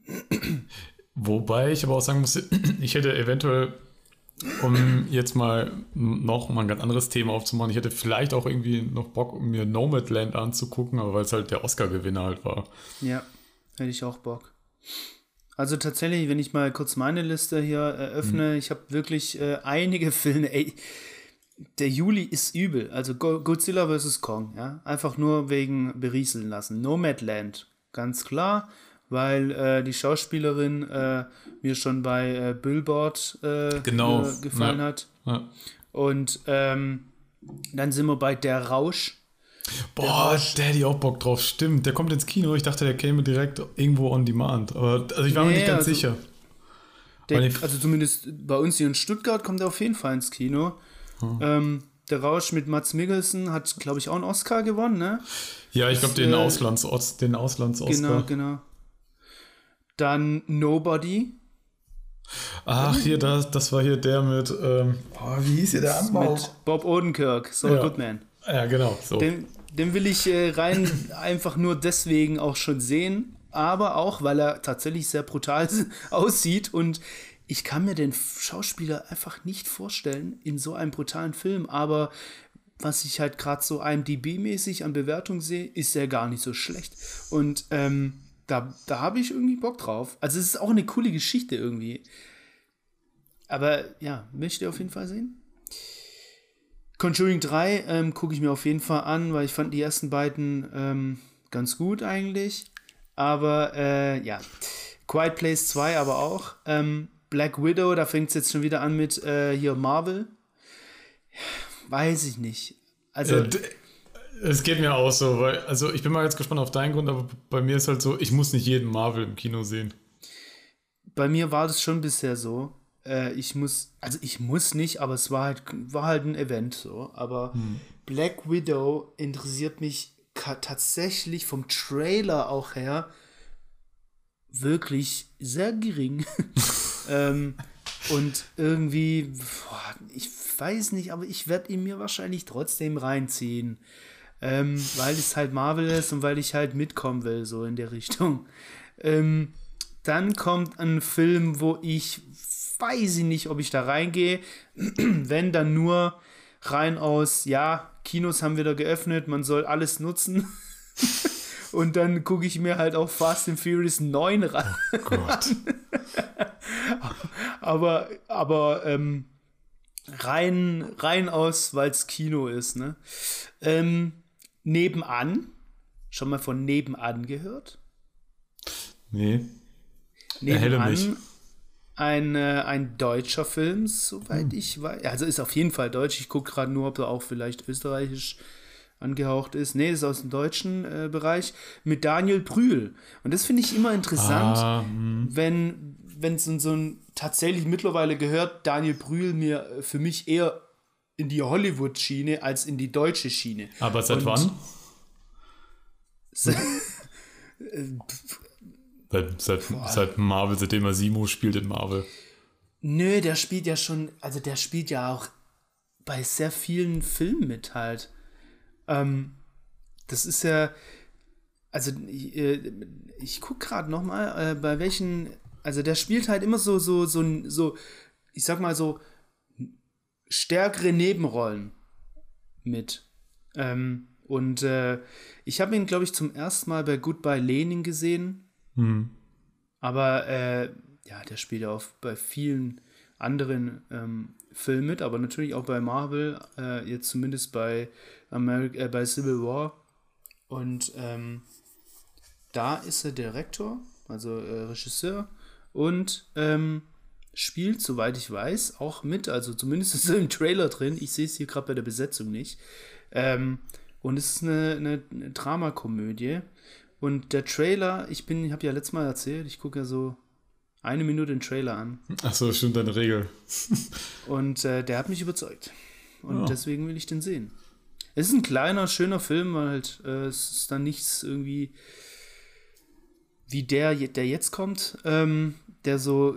Wobei ich aber auch sagen muss, ich hätte eventuell, um jetzt mal ein ganz anderes Thema aufzumachen, ich hätte vielleicht auch irgendwie noch Bock, mir Nomadland anzugucken, aber weil es halt der Oscar-Gewinner halt war. Ja, hätte ich auch Bock. Also tatsächlich, wenn ich mal kurz meine Liste hier eröffne, ich habe wirklich einige Filme, der Juli ist übel. Also Godzilla vs. Kong, ja. Einfach nur wegen berieseln lassen. Nomadland, ganz klar, weil die Schauspielerin mir schon bei Billboard gefallen hat. Ja. Und dann sind wir bei Der Rausch. Boah, der hätte ich auch Bock drauf. Stimmt, der kommt ins Kino. Ich dachte, der käme direkt irgendwo on demand. Aber also ich war mir nicht ganz sicher. Also zumindest bei uns hier in Stuttgart kommt er auf jeden Fall ins Kino. Der Rausch mit Mads Mikkelsen hat, glaube ich, auch einen Oscar gewonnen, ne? Ja, ich glaube, den Auslands-Oscar. Genau. Dann Nobody. Ach, hier, das war hier der mit, wie hieß hier der Anbau? Mit Bob Odenkirk, Saul Goodman. Ja, genau. So. Den will ich rein einfach nur deswegen auch schon sehen, aber auch, weil er tatsächlich sehr brutal aussieht und ich kann mir den Schauspieler einfach nicht vorstellen in so einem brutalen Film, aber was ich halt gerade so IMDb-mäßig an Bewertung sehe, ist er gar nicht so schlecht. Und da habe ich irgendwie Bock drauf. Also es ist auch eine coole Geschichte irgendwie. Aber ja, möchte ich auf jeden Fall sehen. Conjuring 3 gucke ich mir auf jeden Fall an, weil ich fand die ersten beiden ganz gut eigentlich. Aber ja, Quiet Place 2 aber auch. Black Widow, da fängt es jetzt schon wieder an mit hier Marvel. Weiß ich nicht. Also es geht mir auch so, weil, also ich bin mal ganz gespannt auf deinen Grund, aber bei mir ist halt so, ich muss nicht jeden Marvel im Kino sehen. Bei mir war das schon bisher so. Ich muss nicht, aber es war halt ein Event so. Aber Black Widow interessiert mich tatsächlich vom Trailer auch her wirklich sehr gering. Und irgendwie, ich weiß nicht, aber ich werde ihn mir wahrscheinlich trotzdem reinziehen. Weil es halt Marvel ist und weil ich halt mitkommen will, so in der Richtung. Dann kommt ein Film, wo ich weiß ich nicht, ob ich da reingehe. Wenn, dann nur rein aus, ja, Kinos haben wieder geöffnet, man soll alles nutzen. Und dann gucke ich mir halt auch Fast and Furious 9 ran. Oh Gott. aber rein aus, weil es Kino ist, ne? Nebenan. Schon mal von Nebenan gehört? Nee. Erhelle mich. Ein deutscher Film, soweit ich weiß. Also ist auf jeden Fall deutsch. Ich gucke gerade nur, ob er auch vielleicht österreichisch angehaucht ist. Nee, ist aus dem deutschen Bereich. Mit Daniel Brühl. Und das finde ich immer interessant, wenn so ein tatsächlich mittlerweile gehört Daniel Brühl mir für mich eher in die Hollywood-Schiene als in die deutsche Schiene. Aber seit wann? Seit Marvel, seitdem er Simo spielt in Marvel. Nö, der spielt ja schon, also der spielt ja auch bei sehr vielen Filmen mit halt. Das ist ja, also ich gucke gerade nochmal, bei welchen, also der spielt halt immer so, ich sag mal so, stärkere Nebenrollen mit. Und ich habe ihn, glaube ich, zum ersten Mal bei Goodbye Lenin gesehen. Aber ja, der spielt ja auch bei vielen anderen Filmen mit, aber natürlich auch bei Marvel, jetzt zumindest bei Civil War. Und Da ist er Direktor, also Regisseur und spielt, soweit ich weiß, auch mit. Also zumindest ist er im Trailer drin. Ich sehe es hier gerade bei der Besetzung nicht. Und es ist eine Dramakomödie. Und der Trailer, ich habe ja letztes Mal erzählt, ich gucke ja so 1 Minute den Trailer an. Achso, stimmt, deine Regel. Und der hat mich überzeugt. Und deswegen will ich den sehen. Es ist ein kleiner, schöner Film, weil halt, es ist dann nichts irgendwie wie der jetzt kommt, der so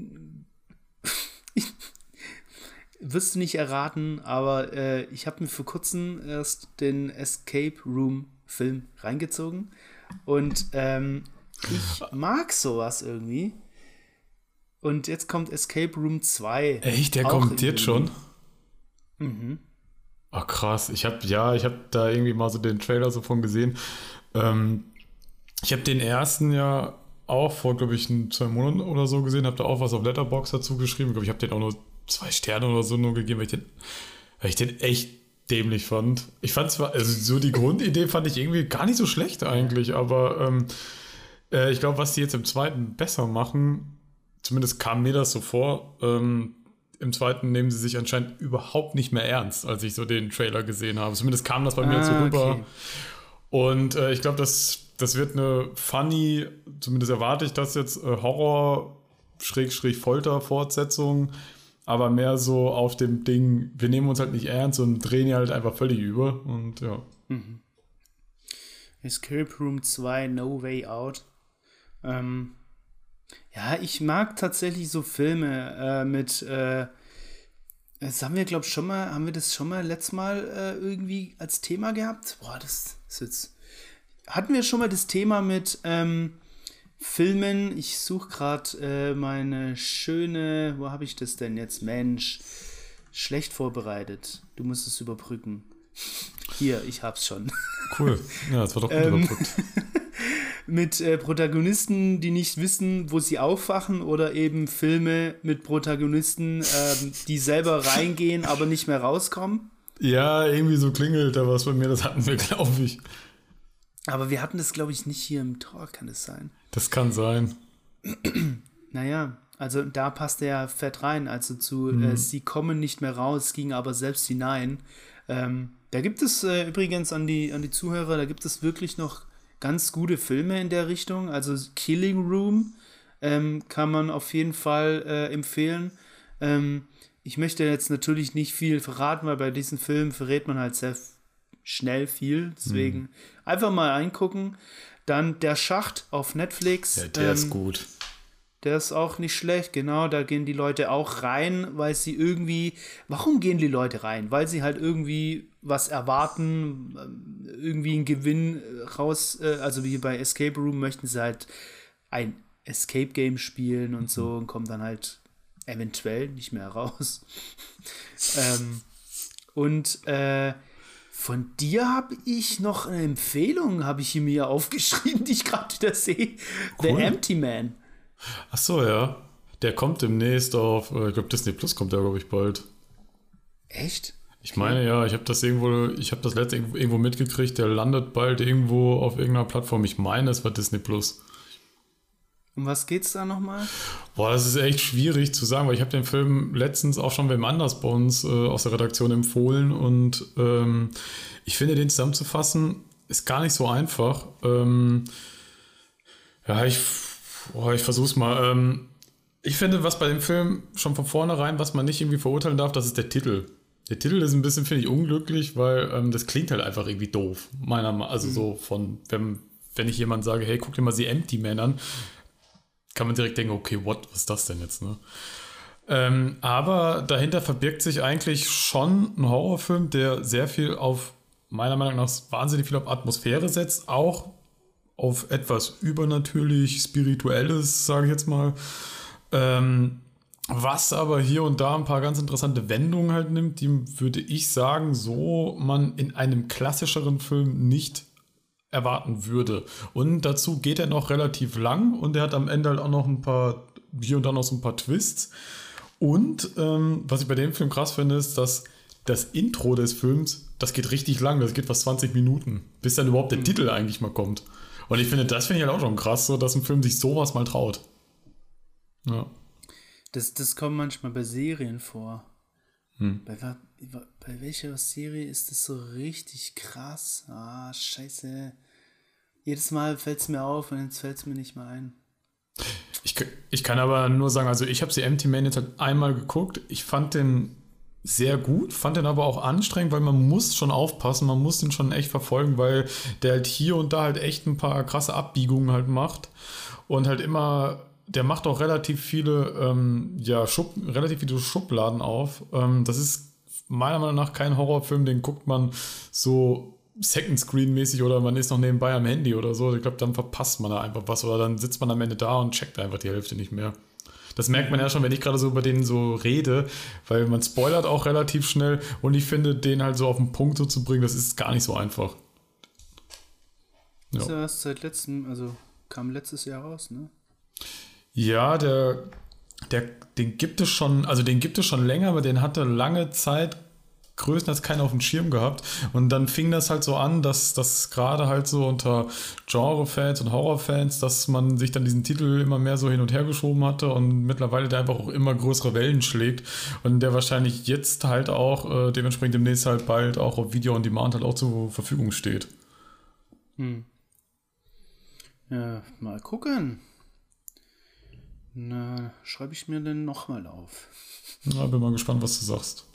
wirst du nicht erraten, aber ich habe mir vor kurzem erst den Escape Room Film reingezogen und ich mag sowas irgendwie. Und jetzt kommt Escape Room 2. Echt? Der kommt jetzt schon? Mhm. Ach krass, ich hab da irgendwie mal so den Trailer so von gesehen. Ich habe den ersten ja auch vor, glaube ich, 2 Monaten oder so gesehen, habe da auch was auf Letterboxd dazu geschrieben. Ich glaube, ich habe den auch nur 2 Sterne oder so nur gegeben, weil ich den echt dämlich fand. Ich fand zwar, also so die Grundidee fand ich irgendwie gar nicht so schlecht eigentlich, aber ich glaube, was die jetzt im zweiten besser machen, zumindest kam mir das so vor, im zweiten nehmen sie sich anscheinend überhaupt nicht mehr ernst, als ich so den Trailer gesehen habe. Zumindest kam das bei mir so rüber. Okay. Und ich glaube, das wird eine funny, zumindest erwarte ich das jetzt, Horror-Folter-Fortsetzung, aber mehr so auf dem Ding, wir nehmen uns halt nicht ernst und drehen ja halt einfach völlig über. Und ja. Mhm. Escape Room 2, No Way Out. Ja, ich mag tatsächlich so Filme mit, das haben wir, glaube ich, haben wir das schon mal letztes Mal irgendwie als Thema gehabt? Boah, das ist jetzt. Hatten wir schon mal das Thema mit Filmen? Ich suche gerade meine schöne, wo habe ich das denn jetzt? Mensch, schlecht vorbereitet. Du musst es überbrücken. Hier, ich hab's schon. Cool, ja, das war doch gut überbrückt. Mit Protagonisten, die nicht wissen, wo sie aufwachen, oder eben Filme mit Protagonisten, die selber reingehen, aber nicht mehr rauskommen. Ja, irgendwie so klingelt da was bei mir, das hatten wir, glaube ich. Aber wir hatten das, glaube ich, nicht hier im Tor, kann es sein? Das kann sein. Naja, also da passt er ja fett rein, also zu sie kommen nicht mehr raus, ging aber selbst hinein. Da gibt es übrigens an die Zuhörer, da gibt es wirklich noch ganz gute Filme in der Richtung. Also Killing Room kann man auf jeden Fall empfehlen. Ich möchte jetzt natürlich nicht viel verraten, weil bei diesen Filmen verrät man halt sehr schnell viel. Deswegen einfach mal reingucken. Dann Der Schacht auf Netflix. Ja, der ist gut. Der ist auch nicht schlecht, genau, da gehen die Leute auch rein, weil sie irgendwie, warum gehen die Leute rein? Weil sie halt irgendwie was erwarten, irgendwie einen Gewinn raus, also wie bei Escape Room möchten sie halt ein Escape Game spielen und so und kommen dann halt eventuell nicht mehr raus. Von dir habe ich noch eine Empfehlung, habe ich hier mir aufgeschrieben, die ich gerade wieder sehe. Cool. The Empty Man. Ach so, ja. Der kommt demnächst auf, ich glaube Disney Plus kommt der, glaube ich, bald. Echt? Ich meine, ja, ich habe das letzte irgendwo mitgekriegt, der landet bald irgendwo auf irgendeiner Plattform. Ich meine, es war Disney Plus. Um was geht's da nochmal? Boah, das ist echt schwierig zu sagen, weil ich habe den Film letztens auch schon wem anders bei uns aus der Redaktion empfohlen und ich finde, den zusammenzufassen ist gar nicht so einfach. Ich versuch's mal. Ich finde, was bei dem Film schon von vornherein, was man nicht irgendwie verurteilen darf, das ist der Titel. Der Titel ist ein bisschen, finde ich, unglücklich, weil das klingt halt einfach irgendwie doof. Also so von, wenn ich jemand sage, hey, guck dir mal The Empty Man an, kann man direkt denken, okay, was ist das denn jetzt, ne? Aber dahinter verbirgt sich eigentlich schon ein Horrorfilm, der sehr viel meiner Meinung nach, wahnsinnig viel auf Atmosphäre setzt, auch auf etwas übernatürlich Spirituelles, sage ich jetzt mal. Was aber hier und da ein paar ganz interessante Wendungen halt nimmt, die, würde ich sagen, so man in einem klassischeren Film nicht erwarten würde. Und dazu geht er noch relativ lang und er hat am Ende halt auch noch hier und da noch so ein paar Twists. Und was ich bei dem Film krass finde, ist, dass das Intro des Films, das geht richtig lang, das geht fast 20 Minuten, bis dann überhaupt der Titel eigentlich mal kommt. Und das finde ich halt auch schon krass, so, dass ein Film sich sowas mal traut. Ja. Das kommt manchmal bei Serien vor. Bei welcher Serie ist das so richtig krass? Ah, scheiße. Jedes Mal fällt es mir auf und jetzt fällt es mir nicht mehr ein. Ich kann aber nur sagen, also ich habe The Empty Man jetzt halt einmal geguckt. Ich fand den sehr gut, fand den aber auch anstrengend, weil man muss schon aufpassen, man muss den schon echt verfolgen, weil der halt hier und da halt echt ein paar krasse Abbiegungen halt macht und halt immer, der macht auch relativ viele, relativ viele Schubladen auf. Das ist meiner Meinung nach kein Horrorfilm, den guckt man so Second Screen mäßig oder man ist noch nebenbei am Handy oder so. Ich glaube, dann verpasst man da einfach was oder dann sitzt man am Ende da und checkt einfach die Hälfte nicht mehr. Das merkt man ja schon, wenn ich gerade so über den so rede, weil man spoilert auch relativ schnell und ich finde, den halt so auf den Punkt so zu bringen, das ist gar nicht so einfach. Ja. Ist ja erst seit letztem, also kam letztes Jahr raus, ne? Ja, den gibt es schon, also den gibt es schon länger, aber den hatte lange Zeit größtenteils keiner auf dem Schirm gehabt. Und dann fing das halt so an, dass das gerade halt so unter Genre-Fans und Horror-Fans, dass man sich dann diesen Titel immer mehr so hin und her geschoben hatte und mittlerweile der einfach auch immer größere Wellen schlägt und der wahrscheinlich jetzt halt auch dementsprechend demnächst halt bald auch auf Video on Demand halt auch zur Verfügung steht. Ja, mal gucken. Na, schreibe ich mir den nochmal auf. Ja, bin mal gespannt, was du sagst.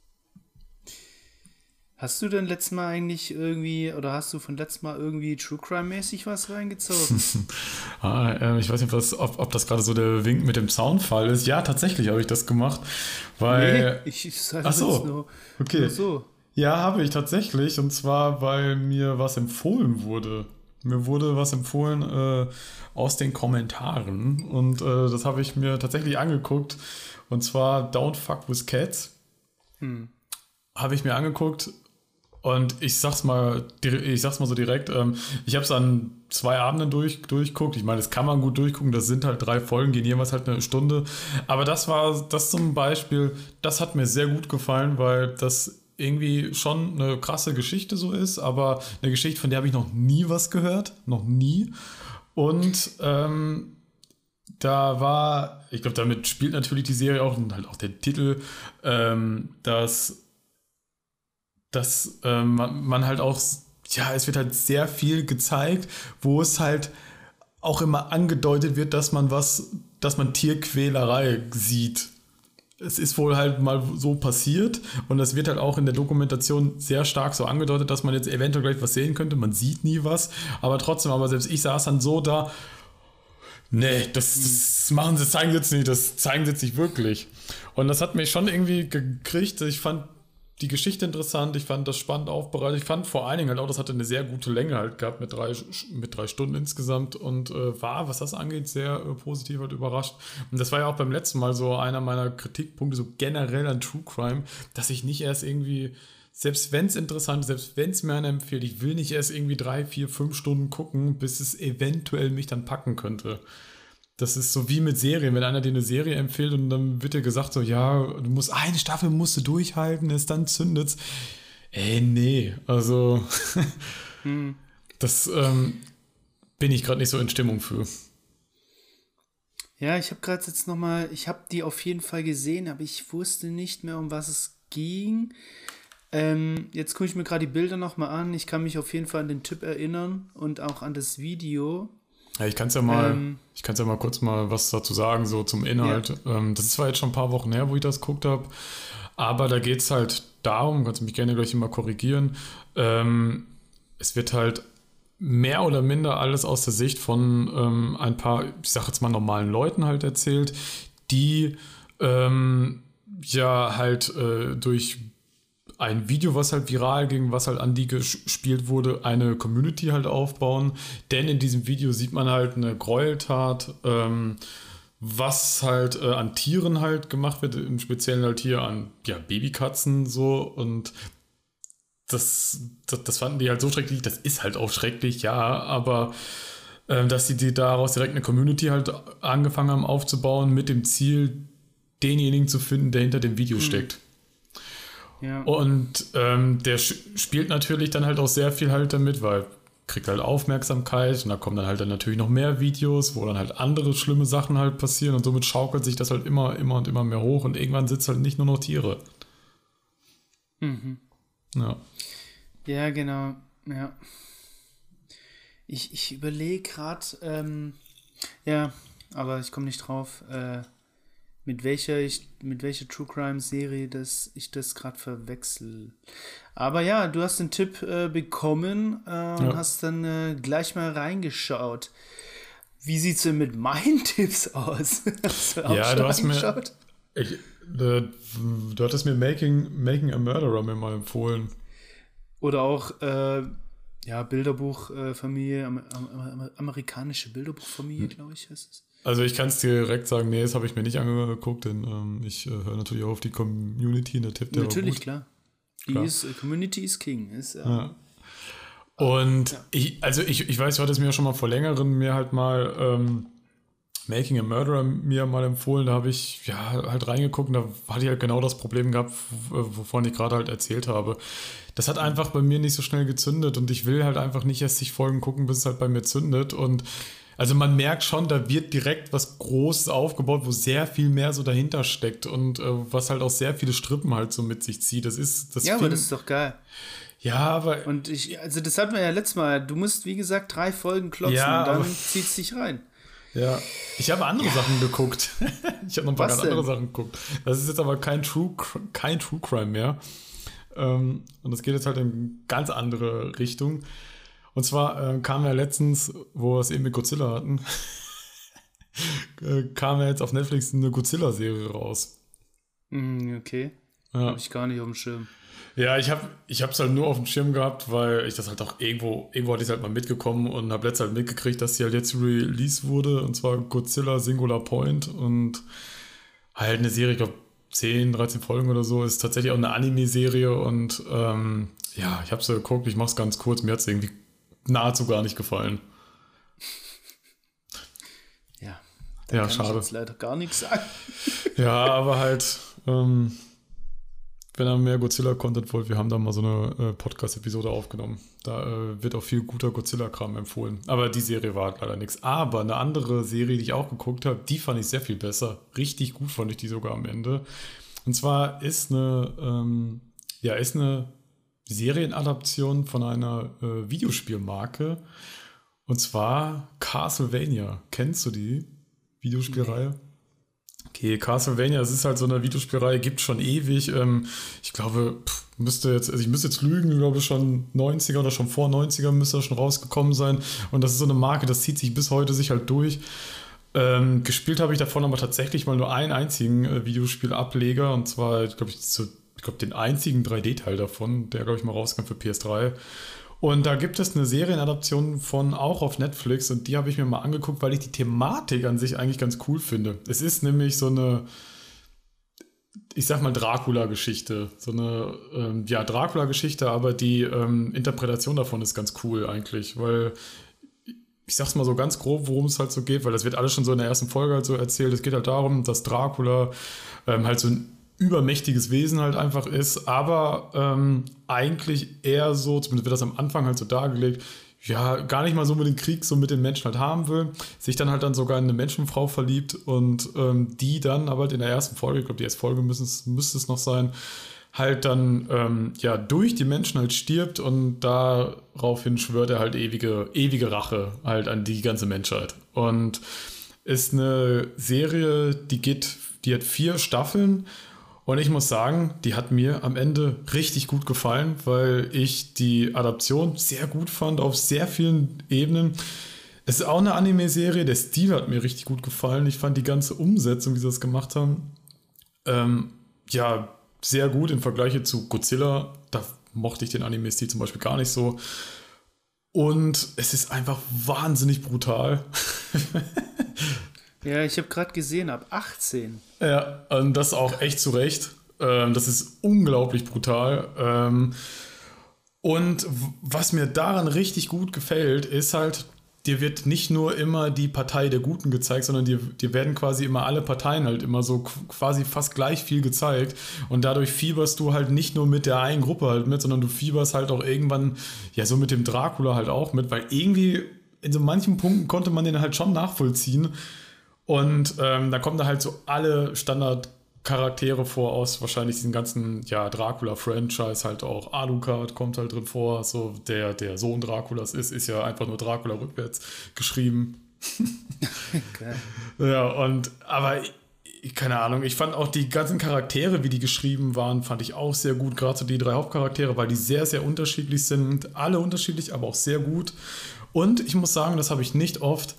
Hast du denn letztes Mal eigentlich irgendwie, oder hast du von letztem Mal irgendwie True Crime-mäßig was reingezogen? Ich weiß nicht, ob das gerade so der Wink mit dem Soundfall ist. Ja, tatsächlich habe ich das gemacht, weil... Nee, ich sage Ach so, nur, okay. nur so. Ja, habe ich tatsächlich, und zwar, weil mir was empfohlen wurde. Mir wurde was empfohlen aus den Kommentaren und das habe ich mir tatsächlich angeguckt, und zwar Don't Fuck with Cats. Habe ich mir angeguckt. Und ich sag's mal so direkt, ich habe es an 2 Abenden durchguckt. Ich meine, das kann man gut durchgucken, das sind halt 3 Folgen, gehen jeweils halt eine Stunde. Aber das zum Beispiel, das hat mir sehr gut gefallen, weil das irgendwie schon eine krasse Geschichte so ist, aber eine Geschichte, von der habe ich noch nie was gehört, noch nie. Und ich glaube, damit spielt natürlich die Serie auch und halt auch der Titel, dass man halt auch, ja, es wird halt sehr viel gezeigt, wo es halt auch immer angedeutet wird, dass man Tierquälerei sieht. Es ist wohl halt mal so passiert und das wird halt auch in der Dokumentation sehr stark so angedeutet, dass man jetzt eventuell gleich was sehen könnte. Man sieht nie was, aber trotzdem, selbst ich saß dann so da, nee, das zeigen sie jetzt nicht, das zeigen sie jetzt nicht wirklich. Und das hat mich schon irgendwie gekriegt. Ich fand die Geschichte interessant, ich fand das spannend aufbereitet. Ich fand vor allen Dingen halt auch, das hatte eine sehr gute Länge halt gehabt mit 3 Stunden insgesamt und war, was das angeht, sehr positiv halt überrascht. Und das war ja auch beim letzten Mal so einer meiner Kritikpunkte so generell an True Crime, dass ich nicht erst irgendwie, selbst wenn es interessant ist, selbst wenn es mir einer empfiehlt, ich will nicht erst irgendwie 3, 4, 5 Stunden gucken, bis es eventuell mich dann packen könnte. Das ist so wie mit Serien, wenn einer dir eine Serie empfiehlt und dann wird dir gesagt so, ja, du musst eine Staffel musst du durchhalten, es dann zündet's. Nee, also das bin ich gerade nicht so in Stimmung für. Ja, ich habe gerade jetzt nochmal, ich habe die auf jeden Fall gesehen, aber ich wusste nicht mehr, um was es ging. Jetzt gucke ich mir gerade die Bilder nochmal an. Ich kann mich auf jeden Fall an den Typ erinnern und auch an das Video. Ja, ich kann es ja mal kurz mal was dazu sagen, so zum Inhalt. Ja. Das ist zwar jetzt schon ein paar Wochen her, wo ich das geguckt habe, aber da geht es halt darum, kannst du mich gerne gleich immer korrigieren, es wird halt mehr oder minder alles aus der Sicht von ein paar, ich sag jetzt mal normalen Leuten halt erzählt, die durch ein Video, was halt viral ging, was halt an die gespielt wurde, eine Community halt aufbauen. Denn in diesem Video sieht man halt eine Gräueltat, was halt an Tieren halt gemacht wird, im Speziellen halt hier an Babykatzen so. Und das fanden die halt so schrecklich. Das ist halt auch schrecklich, ja, aber dass die daraus direkt eine Community halt angefangen haben aufzubauen mit dem Ziel, denjenigen zu finden, der hinter dem Video steckt. Ja. Und der spielt natürlich dann halt auch sehr viel halt damit, weil kriegt halt Aufmerksamkeit und da kommen dann halt dann natürlich noch mehr Videos, wo dann halt andere schlimme Sachen halt passieren und somit schaukelt sich das halt immer und immer mehr hoch und irgendwann sitzt halt nicht nur noch Tiere. Mhm. Ja. Ja, genau. Ja. Ich überlege gerade, ja, aber ich komme nicht drauf, mit welcher True Crime Serie ich das gerade verwechsel. Aber ja, du hast den Tipp bekommen und hast dann gleich mal reingeschaut. Wie sieht's denn mit meinen Tipps aus? Hast du auch Ja, schon du hast reingeschaut? du hattest mir Making a Murderer mir mal empfohlen. Oder auch Bilderbuchfamilie, amerikanische Bilderbuchfamilie, glaube ich, heißt es. Also ich kann es dir direkt sagen, nee, das habe ich mir nicht angeguckt, denn ich höre natürlich auch auf die Community, der Tipp, der Natürlich, war gut. klar. Community is King. Ja. Und ich weiß, du hattest mir ja schon mal vor längerem mir halt mal Making a Murderer mir mal empfohlen, da habe ich halt reingeguckt und da hatte ich halt genau das Problem gehabt, wovon ich gerade halt erzählt habe. Das hat einfach bei mir nicht so schnell gezündet und ich will halt einfach nicht erst 60 Folgen gucken, bis es halt bei mir zündet und also man merkt schon, da wird direkt was Großes aufgebaut, wo sehr viel mehr so dahinter steckt und was halt auch sehr viele Strippen halt so mit sich zieht. Aber das ist doch geil. Ja, aber... Und das hatten wir ja letztes Mal, du musst, wie gesagt, 3 Folgen klotzen und dann zieht es dich rein. Ja, ich habe andere Sachen geguckt. Ich habe noch ein paar ganz andere Sachen geguckt. Das ist jetzt aber kein True Crime mehr. Und das geht jetzt halt in ganz andere Richtung. Und zwar kam ja letztens, wo wir es eben mit Godzilla hatten, kam ja jetzt auf Netflix eine Godzilla-Serie raus. Okay. Ja. Habe ich gar nicht auf dem Schirm. Ja, ich hab's halt nur auf dem Schirm gehabt, weil ich das halt auch irgendwo hatte ich halt mal mitgekommen und habe letztes halt mitgekriegt, dass die halt jetzt released wurde, und zwar Godzilla Singular Point und halt eine Serie, ich glaube 10, 13 Folgen oder so, ist tatsächlich auch eine Anime-Serie und ich habe sie geguckt, ich mach's ganz kurz, mir hat's irgendwie nahezu gar nicht gefallen. Ja, da kann schade. Ich jetzt leider gar nichts sagen. Ja, aber halt, wenn ihr mehr Godzilla-Content wollt, wir haben da mal so eine Podcast-Episode aufgenommen. Da wird auch viel guter Godzilla-Kram empfohlen. Aber die Serie war halt leider nichts. Aber eine andere Serie, die ich auch geguckt habe, die fand ich sehr viel besser. Richtig gut fand ich die sogar am Ende. Und zwar ist eine Serienadaption von einer Videospielmarke. Und zwar Castlevania. Kennst du die Videospielreihe? Nee. Okay, Castlevania, es ist halt so eine Videospielreihe, gibt schon ewig. Ich glaube, ich müsste jetzt lügen, ich glaube schon 90er oder schon vor 90er müsste das schon rausgekommen sein. Und das ist so eine Marke, das zieht sich bis heute halt durch. Gespielt habe ich davon aber tatsächlich mal nur einen einzigen Videospielableger. Und zwar, glaube ich, den einzigen 3D-Teil davon, der, glaube ich, mal rauskam für PS3. Und da gibt es eine Serienadaption von auch auf Netflix und die habe ich mir mal angeguckt, weil ich die Thematik an sich eigentlich ganz cool finde. Es ist nämlich so eine, ich sag mal, Dracula-Geschichte. So eine, Dracula-Geschichte, aber die Interpretation davon ist ganz cool eigentlich, weil ich sag's mal so ganz grob, worum es halt so geht, weil das wird alles schon so in der ersten Folge halt so erzählt. Es geht halt darum, dass Dracula halt so ein übermächtiges Wesen halt einfach ist, aber eigentlich eher so, zumindest wird das am Anfang halt so dargelegt, gar nicht mal so mit dem Krieg so mit den Menschen halt haben will, sich dann halt sogar in eine Menschenfrau verliebt und die dann aber halt in der ersten Folge, ich glaube die erste Folge müsste es noch sein, halt dann durch die Menschen halt stirbt und daraufhin schwört er halt ewige Rache halt an die ganze Menschheit. Und ist eine Serie, die hat 4 Staffeln. Und ich muss sagen, die hat mir am Ende richtig gut gefallen, weil ich die Adaption sehr gut fand auf sehr vielen Ebenen. Es ist auch eine Anime-Serie, der Stil hat mir richtig gut gefallen. Ich fand die ganze Umsetzung, wie sie das gemacht haben, sehr gut im Vergleich zu Godzilla. Da mochte ich den Anime-Stil zum Beispiel gar nicht so. Und es ist einfach wahnsinnig brutal. Ja, ich habe gerade gesehen, ab 18. Ja, und das auch echt zu Recht. Das ist unglaublich brutal. Und was mir daran richtig gut gefällt, ist halt, dir wird nicht nur immer die Partei der Guten gezeigt, sondern dir werden quasi immer alle Parteien halt immer so quasi fast gleich viel gezeigt. Und dadurch fieberst du halt nicht nur mit der einen Gruppe halt mit, sondern du fieberst halt auch irgendwann, ja, so mit dem Dracula halt auch mit, weil irgendwie in so manchen Punkten konnte man den halt schon nachvollziehen. Und da kommen da halt so alle Standardcharaktere vor aus wahrscheinlich diesen ganzen, ja, Dracula-Franchise, halt auch Alucard kommt halt drin vor, so der Sohn Draculas ist ja einfach nur Dracula rückwärts geschrieben. Okay. Ja, aber keine Ahnung, ich fand auch die ganzen Charaktere, wie die geschrieben waren, fand ich auch sehr gut, gerade so die 3 Hauptcharaktere, weil die sehr, sehr unterschiedlich sind, alle unterschiedlich, aber auch sehr gut. Und ich muss sagen, das habe ich nicht oft,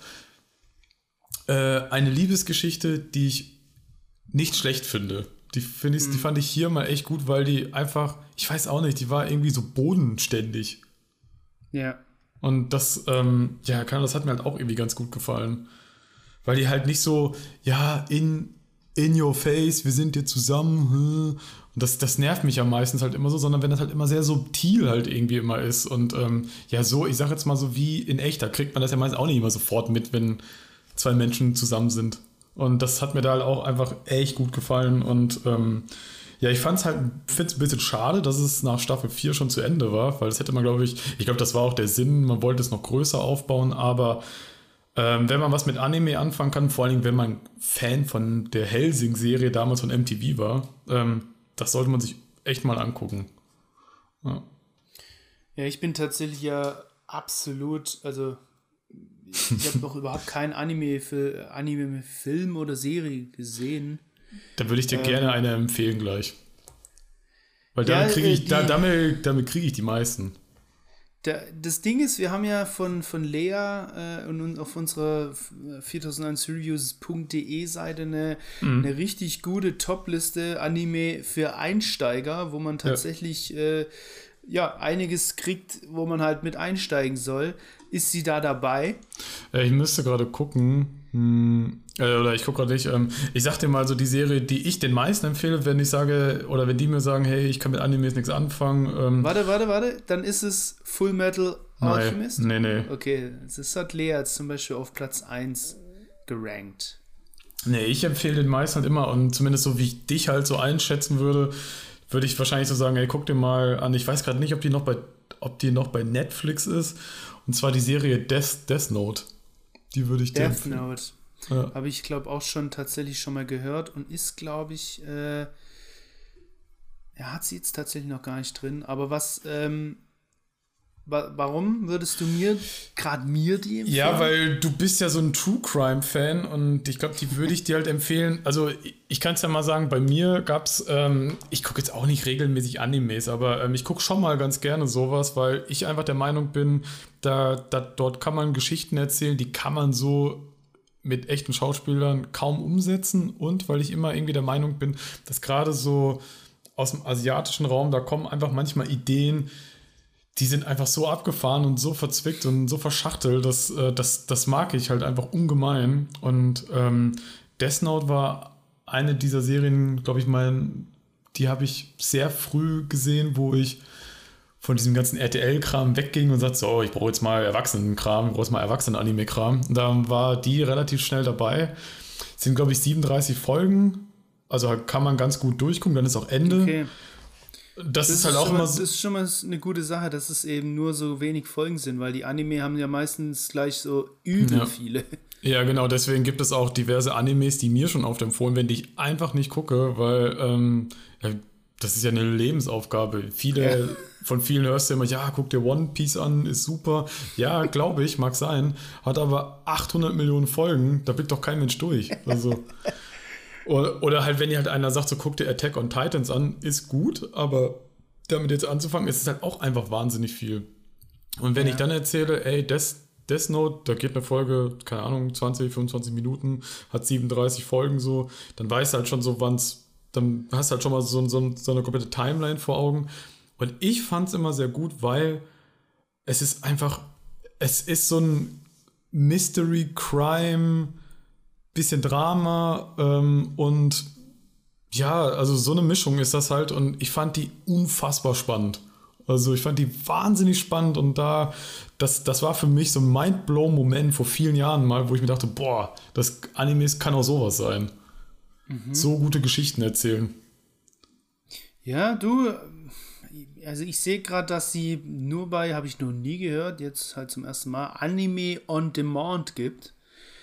eine Liebesgeschichte, die ich nicht schlecht finde. Die fand ich hier mal echt gut, weil die einfach, ich weiß auch nicht, die war irgendwie so bodenständig. Ja. Und das, das hat mir halt auch irgendwie ganz gut gefallen. Weil die halt nicht so, ja, in your face, wir sind hier zusammen. Und das nervt mich ja meistens halt immer so, sondern wenn das halt immer sehr subtil halt irgendwie immer ist. Und so, ich sag jetzt mal so wie in echt, da kriegt man das ja meistens auch nicht immer sofort mit, wenn 2 Menschen zusammen sind. Und das hat mir da halt auch einfach echt gut gefallen. Und ich finde es ein bisschen schade, dass es nach Staffel 4 schon zu Ende war, weil das hätte man, glaube ich glaube, das war auch der Sinn, man wollte es noch größer aufbauen, aber wenn man was mit Anime anfangen kann, vor allem wenn man Fan von der Hellsing-Serie damals von MTV war, das sollte man sich echt mal angucken. Ja, ich bin tatsächlich ja absolut, also ich habe noch überhaupt keinen Anime-Film oder Serie gesehen. Da würde ich dir gerne eine empfehlen gleich. Weil damit kriege ich, damit kriege ich die meisten. Das Ding ist, wir haben ja von Lea und auf unserer 4001reviews.de Seite eine richtig gute Top-Liste Anime für Einsteiger, wo man tatsächlich einiges kriegt, wo man halt mit einsteigen soll. Ist sie da dabei? Ich müsste gerade gucken. Oder ich gucke gerade nicht. Ich sag dir mal so die Serie, die ich den meisten empfehle, wenn ich sage, oder wenn die mir sagen, hey, ich kann mit Animes nichts anfangen. Warte. Dann ist es Full Metal Alchemist? Nee. Okay, das hat Lea jetzt zum Beispiel auf Platz 1 gerankt. Nee, ich empfehle den meisten halt immer, und zumindest so wie ich dich halt so einschätzen würde ich wahrscheinlich so sagen, hey, guck dir mal an. Ich weiß gerade nicht, ob die noch bei Netflix ist. Und zwar die Serie Death Note. Die würde ich dir empfehlen. Death Note. Ja. Habe ich, glaube auch tatsächlich schon mal gehört und ist, glaube ich, hat sie jetzt tatsächlich noch gar nicht drin. Aber warum würdest du mir die empfehlen? Ja, weil du bist ja so ein True Crime Fan und ich glaube, die würde ich dir halt empfehlen. Also ich kann es ja mal sagen, bei mir gab es, ich gucke jetzt auch nicht regelmäßig Animes, aber ich gucke schon mal ganz gerne sowas, weil ich einfach der Meinung bin, dort kann man Geschichten erzählen, die kann man so mit echten Schauspielern kaum umsetzen, und weil ich immer irgendwie der Meinung bin, dass gerade so aus dem asiatischen Raum, da kommen einfach manchmal Ideen, die sind einfach so abgefahren und so verzwickt und so verschachtelt, das mag ich halt einfach ungemein. Und Death Note war eine dieser Serien, glaube ich mal, die habe ich sehr früh gesehen, wo ich von diesem ganzen RTL-Kram wegging und sagte so, ich brauche jetzt mal Erwachsenen-Kram, ich brauche jetzt mal Erwachsenen-Anime-Kram. Und da war die relativ schnell dabei. Es sind, glaube ich, 37 Folgen, also kann man ganz gut durchgucken, dann ist auch Ende. Okay. Das ist halt auch immer so. Das ist schon mal eine gute Sache, dass es eben nur so wenig Folgen sind, weil die Anime haben ja meistens gleich so übel viele. Ja, genau, deswegen gibt es auch diverse Animes, die mir schon oft empfohlen werden, die ich einfach nicht gucke, weil das ist ja eine Lebensaufgabe. Von vielen hörst du immer, ja, guck dir One Piece an, ist super. Ja, glaube ich, mag sein. Hat aber 800 Millionen Folgen, da blickt doch kein Mensch durch. Also, oder halt, wenn dir halt einer sagt, so guck dir Attack on Titans an, ist gut, aber damit jetzt anzufangen, ist es halt auch einfach wahnsinnig viel. Und wenn ich dann erzähle, ey, Death Note, da geht eine Folge, keine Ahnung, 20, 25 Minuten, hat 37 Folgen so, dann weißt du halt schon so, dann hast du halt schon mal so eine komplette Timeline vor Augen. Und ich fand es immer sehr gut, weil es ist so ein Mystery, Crime, bisschen Drama und ja, also so eine Mischung ist das halt, und ich fand die unfassbar spannend. Also ich fand die wahnsinnig spannend und das war für mich so ein Mind-blown-Moment vor vielen Jahren mal, wo ich mir dachte, boah, das Animes kann auch sowas sein. So gute Geschichten erzählen. Ja, du, also ich sehe gerade, dass sie nur bei, habe ich noch nie gehört, jetzt halt zum ersten Mal, Anime on Demand gibt.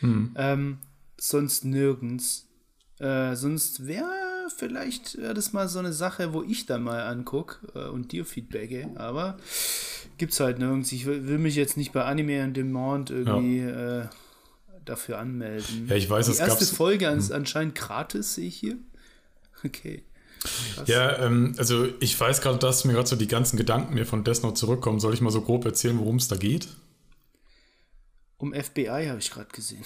Sonst nirgends. Sonst vielleicht wäre das mal so eine Sache, wo ich dann mal angucke und dir feedbacke, aber gibt's halt nirgends. Ich will mich jetzt nicht bei Anime on Demand irgendwie dafür anmelden. Ja, ich weiß, die es erste gab's, Folge ist anscheinend gratis, sehe ich hier. Okay. Krass. Ja, also ich weiß gerade, dass mir gerade so die ganzen Gedanken mir von Death Note zurückkommen. Soll ich mal so grob erzählen, worum es da geht? Um FBI habe ich gerade gesehen.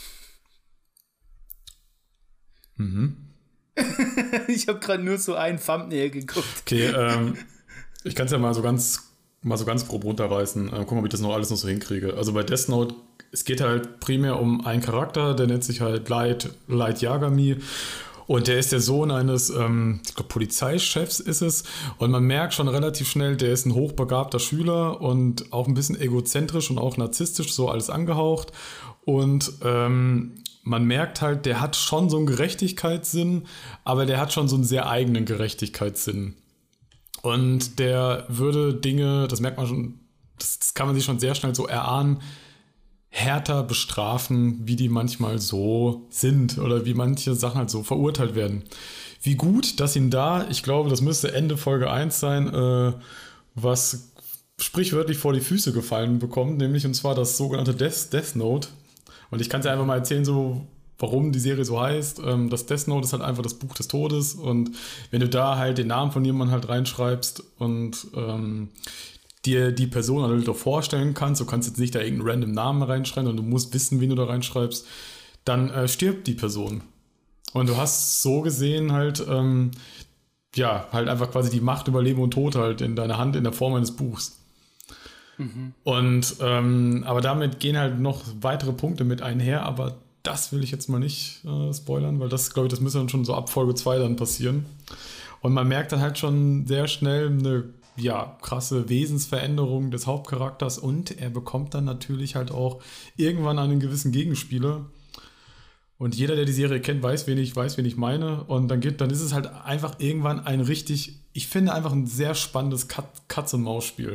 Ich habe gerade nur so ein Thumbnail geguckt. Okay, ich kann es ja mal so ganz grob runterreißen. Gucken, ob ich das noch alles noch so hinkriege. Also bei Death Note, es geht halt primär um einen Charakter, der nennt sich halt Light Yagami. Und der ist der Sohn eines, ich glaube, Polizeichefs ist es. Und man merkt schon relativ schnell, der ist ein hochbegabter Schüler und auch ein bisschen egozentrisch und auch narzisstisch, so alles angehaucht. Und man merkt halt, der hat schon so einen Gerechtigkeitssinn, aber der hat schon so einen sehr eigenen Gerechtigkeitssinn. Und der würde Dinge, das merkt man schon, das kann man sich schon sehr schnell so erahnen, härter bestrafen, wie die manchmal so sind oder wie manche Sachen halt so verurteilt werden. Wie gut, dass ihm da, ich glaube, das müsste Ende Folge 1 sein, was sprichwörtlich vor die Füße gefallen bekommt, nämlich und zwar das sogenannte Death Note. Und ich kann dir einfach mal erzählen, so warum die Serie so heißt. Das Death Note ist halt einfach das Buch des Todes und wenn du da halt den Namen von jemandem halt reinschreibst und dir die Person halt auch vorstellen kannst, du kannst jetzt nicht da irgendeinen random Namen reinschreiben und du musst wissen, wen du da reinschreibst, dann stirbt die Person. Und du hast so gesehen halt, halt einfach quasi die Macht über Leben und Tod halt in deiner Hand in der Form eines Buchs. Und aber damit gehen halt noch weitere Punkte mit einher, aber das will ich jetzt mal nicht spoilern, weil das, glaube ich, das müsste dann schon so ab Folge 2 dann passieren. Und man merkt dann halt schon sehr schnell eine krasse Wesensveränderung des Hauptcharakters und er bekommt dann natürlich halt auch irgendwann einen gewissen Gegenspieler. Und jeder, der die Serie kennt, weiß, wen ich meine. Und dann ist es halt einfach irgendwann ich finde einfach ein sehr spannendes Katz-und-Maus-Spiel.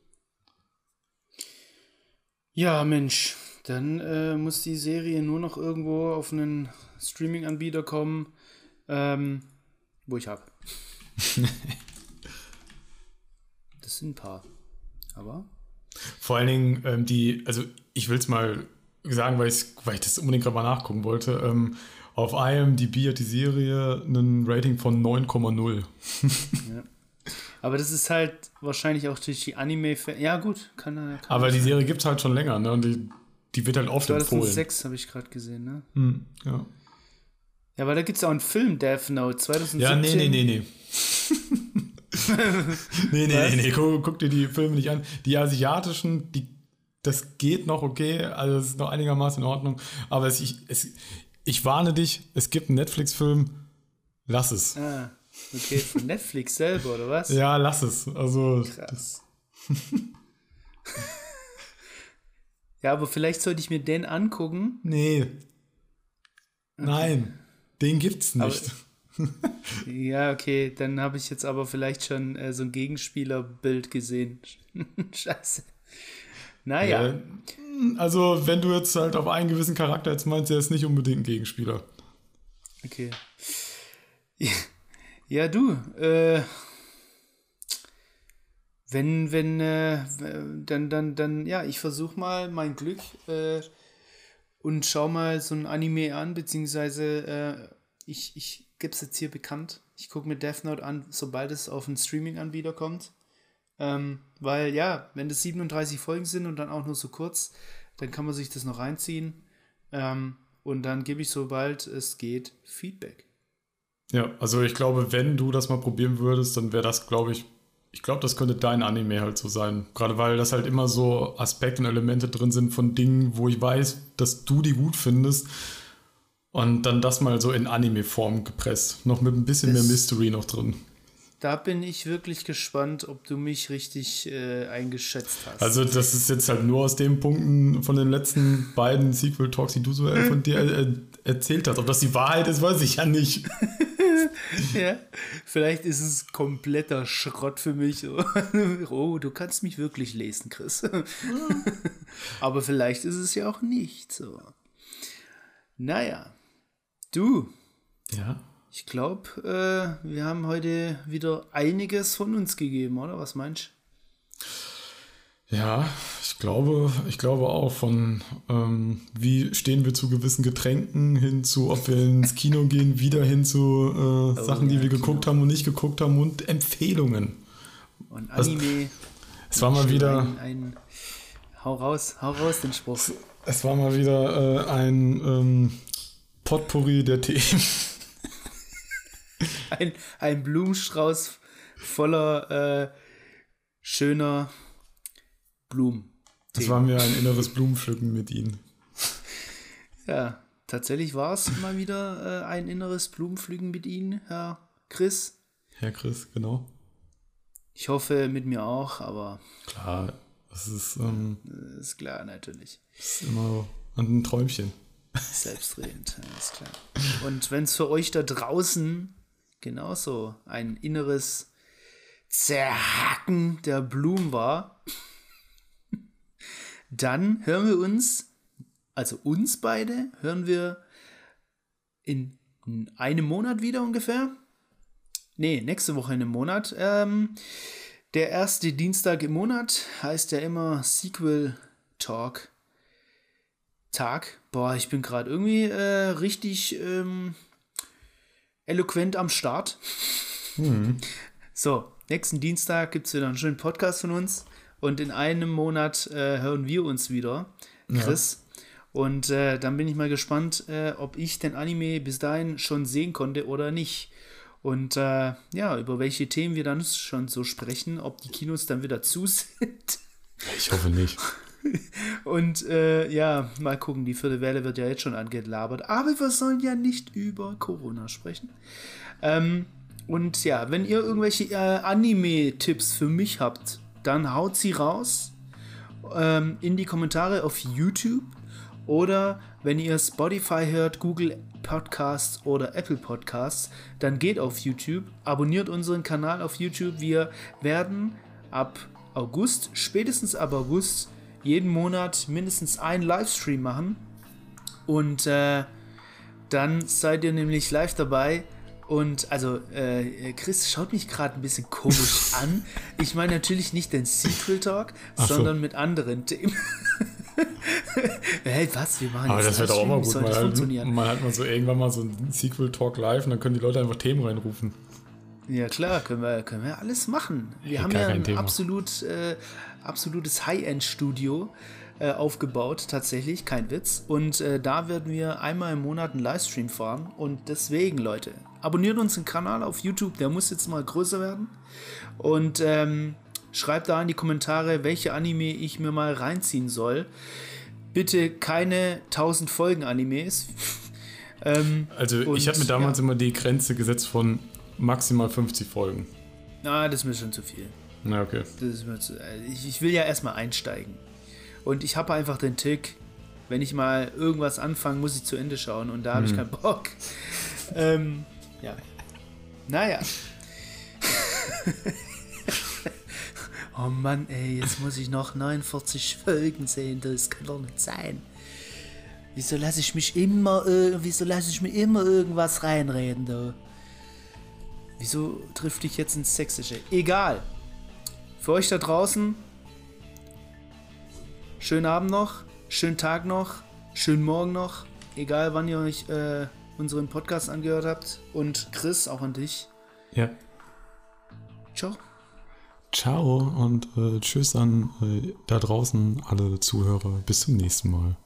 Ja, Mensch, dann muss die Serie nur noch irgendwo auf einen Streaming-Anbieter kommen, wo ich habe. Das sind ein paar. Aber? Vor allen Dingen, also ich will es mal sagen, weil ich das unbedingt gerade mal nachgucken wollte. Auf IMDb hat die Serie einen Rating von 9,0. Ja. Aber das ist halt wahrscheinlich auch durch die Anime... Ja gut, kann aber die Serie gibt es halt schon länger, ne? Und die wird halt oft empfohlen. 2006 habe ich gerade gesehen, ne? Ja. Ja, aber da gibt es auch einen Film, Death Note, 2017. Ja, nee. Nee, guck dir die Filme nicht an. Die asiatischen, das geht noch okay, also es ist noch einigermaßen in Ordnung, aber ich warne dich, es gibt einen Netflix-Film, lass es. Ah, okay, von Netflix selber, oder was? Ja, lass es. Also krass. Ja, aber vielleicht sollte ich mir den angucken. Nee. Okay. Nein, den gibt's nicht. Ja, okay, dann habe ich jetzt aber vielleicht schon so ein Gegenspielerbild gesehen. Scheiße. Naja. Ja, also, wenn du jetzt halt auf einen gewissen Charakter jetzt meinst, der ist nicht unbedingt ein Gegenspieler. Okay. Ja, du, dann, ich versuche mal mein Glück und schau mal so ein Anime an, beziehungsweise ich gebe es jetzt hier bekannt. Ich gucke mir Death Note an, sobald es auf einen Streaming-Anbieter kommt. Weil, wenn das 37 Folgen sind und dann auch nur so kurz, dann kann man sich das noch reinziehen. Und dann gebe ich, sobald es geht, Feedback. Ja, also ich glaube, wenn du das mal probieren würdest, dann wäre das, glaube ich, das könnte dein Anime halt so sein. Gerade weil das halt immer so Aspekte und Elemente drin sind von Dingen, wo ich weiß, dass du die gut findest. Und dann das mal so in Anime-Form gepresst. Noch mit ein bisschen mehr Mystery noch drin. Da bin ich wirklich gespannt, ob du mich richtig eingeschätzt hast. Also das ist jetzt halt nur aus den Punkten von den letzten beiden Sequel-Talks, die du so von dir erzählt hast. Ob das die Wahrheit ist, weiß ich ja nicht. Ja, vielleicht ist es kompletter Schrott für mich. Oh, du kannst mich wirklich lesen, Chris. Aber vielleicht ist es ja auch nicht so. Naja, du. Ja. Ich glaube, wir haben heute wieder einiges von uns gegeben, oder? Was meinst du? Ja, ich glaube auch von wie stehen wir zu gewissen Getränken hin zu, ob wir ins Kino gehen, wieder hin zu Sachen, die wir geguckt haben und nicht geguckt haben und Empfehlungen. Und Anime. Es war mal wieder... Hau raus den Spruch. Es war mal wieder ein Potpourri der Themen. Ein Blumenstrauß voller schöner Blumen. Es war mir ein inneres Blumenpflücken mit Ihnen. Ja, tatsächlich war es mal wieder ein inneres Blumenpflücken mit Ihnen, Herr Chris. Herr Chris, genau. Ich hoffe mit mir auch, aber... Klar, das ist... ist klar, natürlich. Das ist immer ein Träumchen. Selbstredend, ist klar. Und wenn es für euch da draußen genauso ein inneres Zerhacken der Blumen war, dann hören wir uns, also uns beide, hören wir in einem Monat wieder ungefähr. Nee, nächste Woche in einem Monat. Der erste Dienstag im Monat heißt ja immer Sequel Talk Tag. Boah, ich bin gerade irgendwie richtig eloquent am Start. So, nächsten Dienstag gibt es wieder einen schönen Podcast von uns und in einem Monat hören wir uns wieder, Chris. Ja. Und dann bin ich mal gespannt, ob ich den Anime bis dahin schon sehen konnte oder nicht. Und ja, über welche Themen wir dann schon so sprechen, ob die Kinos dann wieder zu sind. Ich hoffe nicht. Und ja, mal gucken, die 4. Welle wird ja jetzt schon angelabert, aber wir sollen ja nicht über Corona sprechen. Und ja, wenn ihr irgendwelche Anime-Tipps für mich habt, dann haut sie raus in die Kommentare auf YouTube oder wenn ihr Spotify hört, Google Podcasts oder Apple Podcasts, dann geht auf YouTube, abonniert unseren Kanal auf YouTube. Wir werden ab August, spätestens ab August, jeden Monat mindestens einen Livestream machen und dann seid ihr nämlich live dabei und also Chris schaut mich gerade ein bisschen komisch an. Ich meine natürlich nicht den Sequel Talk, sondern mit anderen Themen. Hey, was? Wir machen aber jetzt das wird auch mal gut. Man hat mal so irgendwann mal so einen Sequel Talk live und dann können die Leute einfach Themen reinrufen. Ja klar, können wir alles machen. Wir haben ja ein absolutes High-End-Studio aufgebaut, tatsächlich, kein Witz. Und da werden wir einmal im Monat einen Livestream fahren. Und deswegen, Leute, abonniert unseren Kanal auf YouTube, der muss jetzt mal größer werden. Und schreibt da in die Kommentare, welche Anime ich mir mal reinziehen soll. Bitte keine 1000 Folgen Animes. Also ich habe mir damals immer die Grenze gesetzt von maximal 50 Folgen. Na, das ist mir schon zu viel. Na, okay. Das ist mir ich will ja erstmal einsteigen. Und ich habe einfach den Tick, wenn ich mal irgendwas anfange, muss ich zu Ende schauen. Und da habe ich keinen Bock. Ja. Naja. Oh Mann, ey, jetzt muss ich noch 49 Folgen sehen. Das kann doch nicht sein. Wieso lasse ich mir immer irgendwas reinreden, du? Wieso trifft dich jetzt ins Sächsische? Egal. Für euch da draußen, schönen Abend noch, schönen Tag noch, schönen Morgen noch. Egal, wann ihr euch unseren Podcast angehört habt. Und Chris, auch an dich. Ja. Ciao. Ciao und tschüss an da draußen alle Zuhörer. Bis zum nächsten Mal.